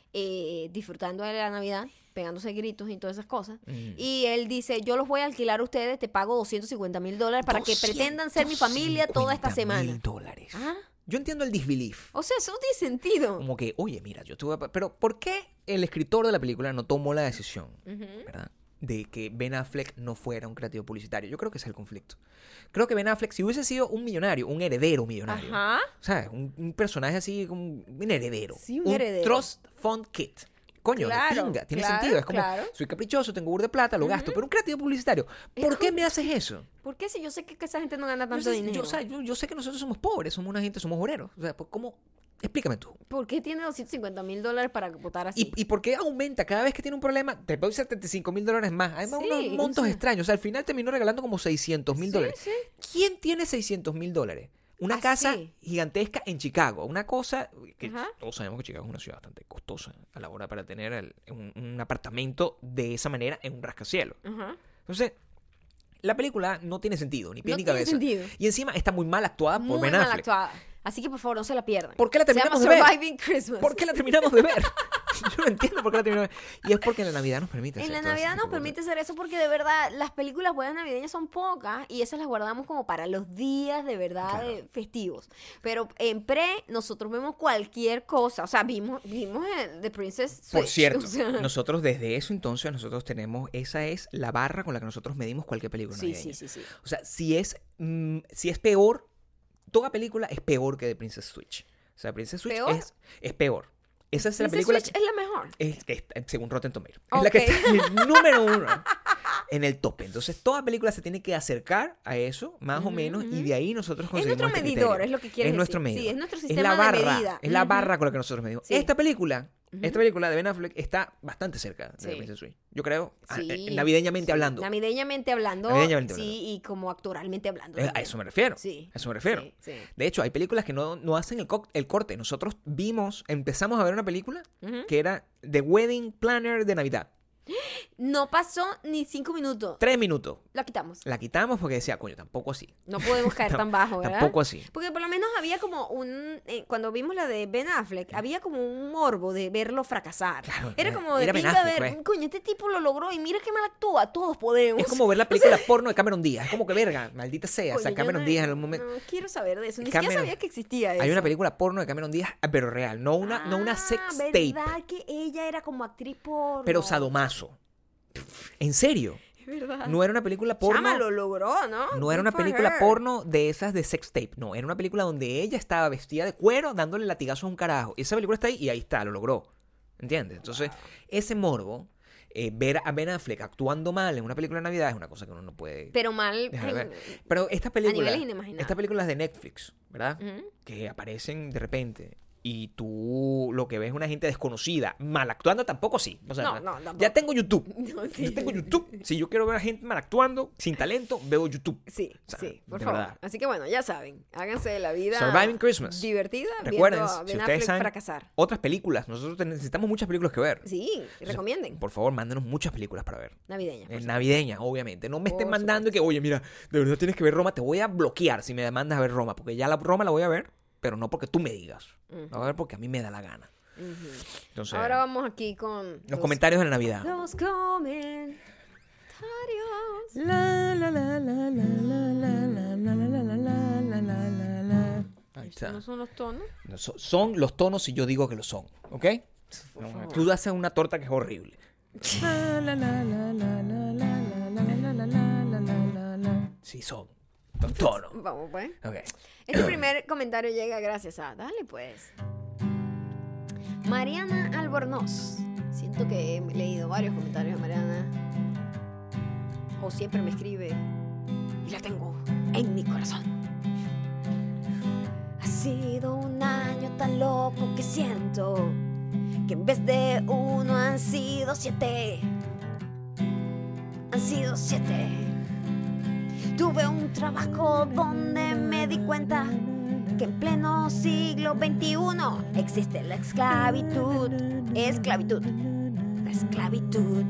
disfrutando de la Navidad, pegándose gritos y todas esas cosas. Y él dice, yo los voy a alquilar a ustedes, te pago 250,000 dólares para que pretendan ser mi familia toda esta semana. $250,000. ¿Ah? Yo entiendo el disbelief. O sea, eso no tiene sentido. Como que, oye, mira, yo tuve... Pero ¿por qué el escritor de la película no tomó la decisión, verdad, de que Ben Affleck no fuera un creativo publicitario? Yo creo que ese es el conflicto. Creo que Ben Affleck, si hubiese sido un millonario, un heredero millonario, Ajá. ¿sabes? Un personaje así como un heredero. Sí, un heredero. Trust Fund Kit. Coño, de Claro, pinga, tiene claro, sentido. Es como, claro. soy caprichoso, tengo burda de plata, lo gasto. Pero un creativo publicitario, ¿por qué me haces eso? ¿Por qué si yo sé que esa gente no gana Yo tanto sé, dinero? yo sé que nosotros somos pobres, somos una gente, somos obreros. O sea, ¿cómo? Explícame tú. ¿Por qué tiene 250,000 dólares para votar así? ¿Y por qué aumenta? Cada vez que tiene un problema, te puede 75,000 dólares más. Además, Sí, unos montos sí. extraños. O sea, al final terminó regalando como 600,000 Sí, dólares. sí. ¿Quién tiene 600,000 dólares? Una Así. casa gigantesca en Chicago. Una cosa que Ajá. todos sabemos que Chicago es una ciudad bastante costosa a la hora para tener un apartamento de esa manera en un rascacielos. Ajá. Entonces, la película no tiene sentido, ni pie No ni tiene cabeza. sentido. Y encima está muy mal actuada por Muy Ben mal Affleck. actuada. Así que por favor no se la pierdan. ¿Por qué la terminamos Se de llama ver? Surviving Christmas. ¿Por qué la terminamos de ver? Yo no entiendo por qué la terminamos de ver. Y es porque en la Navidad nos permite En hacer la todo ese Navidad tipo nos de permite cosas. hacer eso porque de verdad las películas buenas navideñas son pocas y esas las guardamos como para los días de verdad Claro. festivos. Pero en pre nosotros vemos cualquier cosa. O sea, vimos The Princess Switch. Por cierto, O sea, nosotros desde eso entonces, nosotros tenemos, esa es la barra con la que nosotros medimos cualquier película sí, navideña. sí. O sea, si es peor, toda película es peor que The Princess Switch. O sea, Princess Switch ¿Peor? es peor. Esa es la Princess película Switch es la mejor. que está, según Rotten Tomatoes. Es Ok. la que está en el número 1 en el tope. Entonces, toda película se tiene que acercar a eso, más o menos, y de ahí nosotros Es conseguimos nuestro este medidor, criterio. es lo que quieres Es nuestro decir. medidor. Sí, es nuestro Es sistema la barra, de medida. es la barra con la que nosotros medimos. Sí. Esta película de Ben Affleck está bastante cerca de Sí. The Princess Switch. Yo creo, Sí, navideñamente sí. hablando. Navideñamente hablando. Navideñamente sí, hablando. y como actoralmente hablando. A también. eso me refiero. Sí. A eso me refiero. Sí, sí. De hecho, hay películas que no hacen el corte. Nosotros empezamos a ver una película que era The Wedding Planner de Navidad. No pasó ni 5 minutos. 3 minutos. La quitamos. La quitamos porque decía, coño, tampoco así. No podemos caer tan bajo, ¿verdad? Tampoco así. Porque por lo menos había como cuando vimos la de Ben Affleck, había como un morbo de verlo fracasar. Claro, era como de era Ben pinga Affleck, ver, pues. coño, este tipo lo logró y mira qué mal actúa, todos podemos. Es como ver la película porno de Cameron Díaz. Es como que verga, maldita sea. O sea, Coño, yo Cameron no- Díaz en un momento. No quiero saber de eso, ni Cameron- siquiera sabía que existía eso. Hay una película porno de Cameron Díaz, pero real. No una sex tape, verdad que ella era como actriz porno. pero sadomaso. En serio. Es verdad. No era una película porno. Chama, lo logró, ¿no? No era Good una for película her. porno de esas de sex tape. No, era una película donde ella estaba vestida de cuero dándole latigazos a un carajo. Esa película está ahí y ahí está, lo logró. ¿Entiendes? Entonces, ese morbo, ver a Ben Affleck actuando mal en una película de Navidad es una cosa que uno no puede Pero mal. dejar de ver. Pero esta película, niveles inimaginables. esta película es de Netflix, ¿verdad? Ujú. Que aparecen de repente y tú lo que ves es una gente desconocida, mal actuando tampoco sí. O sea, No, tampoco. ya tengo YouTube. No, sí. Yo tengo YouTube. Si yo quiero ver a gente mal actuando, sin talento, veo YouTube. Sí, O sea, sí, por de favor. verdad. Así que bueno, ya saben, háganse de la vida Surviving Christmas. divertida Recuerden, viendo a si Ben ustedes Affleck saben fracasar. otras películas, nosotros necesitamos muchas películas que ver. Sí, recomienden. Por favor, mándenos muchas películas para ver. Navideña. por Navideñas, obviamente. No me estén Por mandando y que, oye, mira, de verdad tienes que ver Roma. Te voy a bloquear si me demandas a ver Roma. Porque ya la Roma la voy a ver, pero no porque tú me digas. La voy a ver porque a mí me da la gana. Entonces, Ahora vamos aquí con los comentarios de la Navidad. Los comentarios. La, la, la, la, la, la, la, la, la, la, la, la, la, la, la. Ahí está. ¿No son los tonos? No, son los tonos si yo digo que lo son, ¿ok? Por favor. Tú haces una torta que es horrible. La, la, la, la, la, la, la, la, la, la, la, la, la. Sí, son los tonos. Vamos pues. Ok. Este primer comentario llega gracias a... Dale pues. Mariana Albornoz. Siento que he leído varios comentarios de Mariana. O siempre me escribe. Y la tengo en mi corazón. Ha sido un año tan loco que siento que en vez de 1 han sido 7. Han sido 7. Tuve un trabajo donde me di cuenta que en pleno siglo XXI existe la esclavitud. Esclavitud. La esclavitud.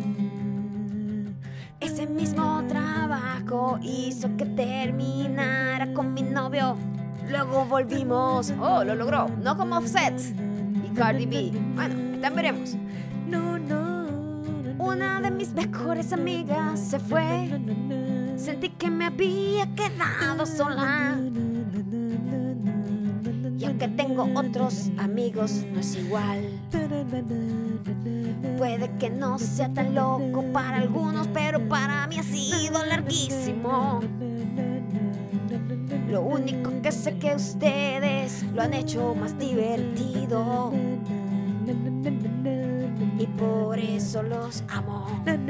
Ese mismo trabajo hizo que terminara con mi novio. Luego volvimos. Oh, lo logró. No como Offset y Cardi B. Bueno, están veremos. Una de mis mejores amigas se fue. Sentí que me había quedado sola. Y aunque tengo otros amigos, no es igual. Puede que no sea tan loco para algunos, pero para mí ha sido larguísimo. Lo único que sé que ustedes lo han hecho más divertido. Y por eso los amo.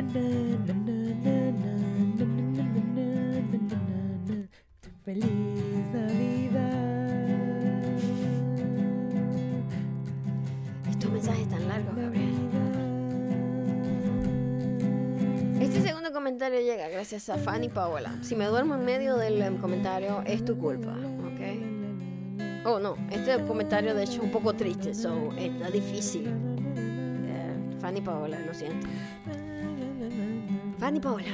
Feliz Navidad. Estos mensajes tan largos, Gabriel. Este segundo comentario llega gracias a Fanny Paola. Si me duermo en medio del comentario, es tu culpa, ¿ok? Oh, no, este comentario de hecho es un poco triste, so está difícil. Fanny Paola, lo siento. Fanny Paola.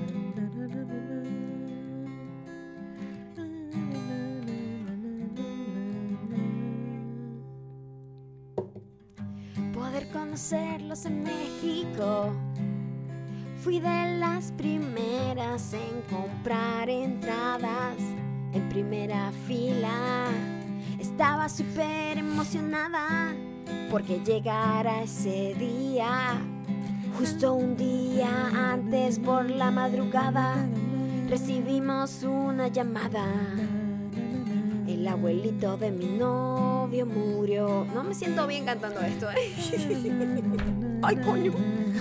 Poder conocerlos en México. Fui de las primeras en comprar entradas en primera fila. Estaba súper emocionada porque llegara ese día. Justo un día antes por la madrugada recibimos una llamada. El abuelito de mi novio murió. No me siento bien cantando esto, ¿eh? ¡Ay, coño!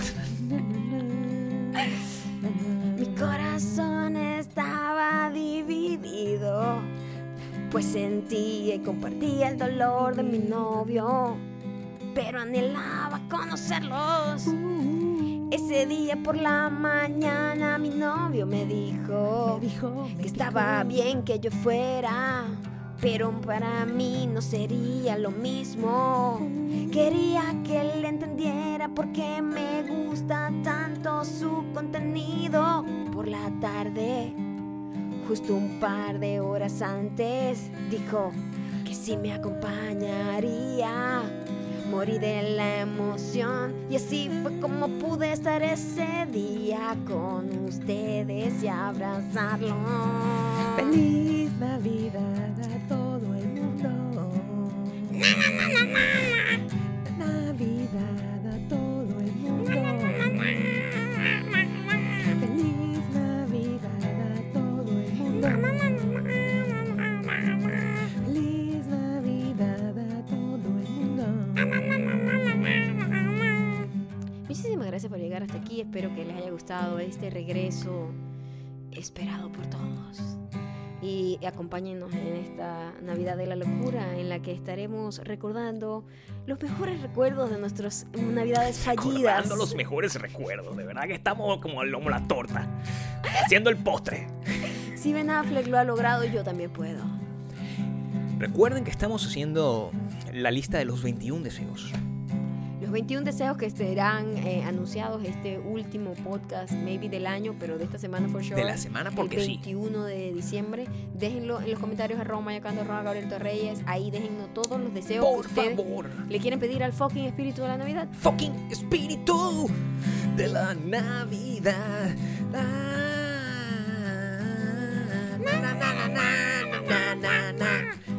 Mi corazón estaba dividido, pues sentía y compartía el dolor de mi novio, pero anhelaba conocerlos. Ese día por la mañana mi novio me dijo que estaba bien que yo fuera, pero para mí no sería lo mismo. Quería que él entendiera por qué me gusta tanto su contenido. Por la tarde, justo un par de horas antes, dijo que sí me acompañaría. Morí de la emoción y así fue como pude estar ese día con ustedes y abrazarlos. Feliz Navidad a todo el mundo. Navidad a todo el mundo. Feliz Navidad a todo el mundo. Feliz Navidad a todo el mundo. Muchísimas gracias por llegar hasta aquí. Espero que les haya gustado este regreso esperado por todos. y acompáñenos en esta Navidad de la locura en la que estaremos recordando los mejores recuerdos de nuestras Navidades fallidas. Recordando los mejores recuerdos, de verdad que estamos como la torta, haciendo el postre. Si Ben Affleck lo ha logrado, yo también puedo. Recuerden que estamos haciendo la lista de los 21 deseos. Los 21 deseos que serán anunciados este último podcast, maybe del año, pero de esta semana for sure. De la semana porque el 21 de diciembre. Déjenlo en los comentarios @mayacando, @Gabriel Torreyes. Ahí déjennos todos los deseos Por que ustedes favor. le quieren pedir al fucking espíritu de la Navidad. Fucking espíritu de la Navidad. Na, na, na, na, na, na, na, na.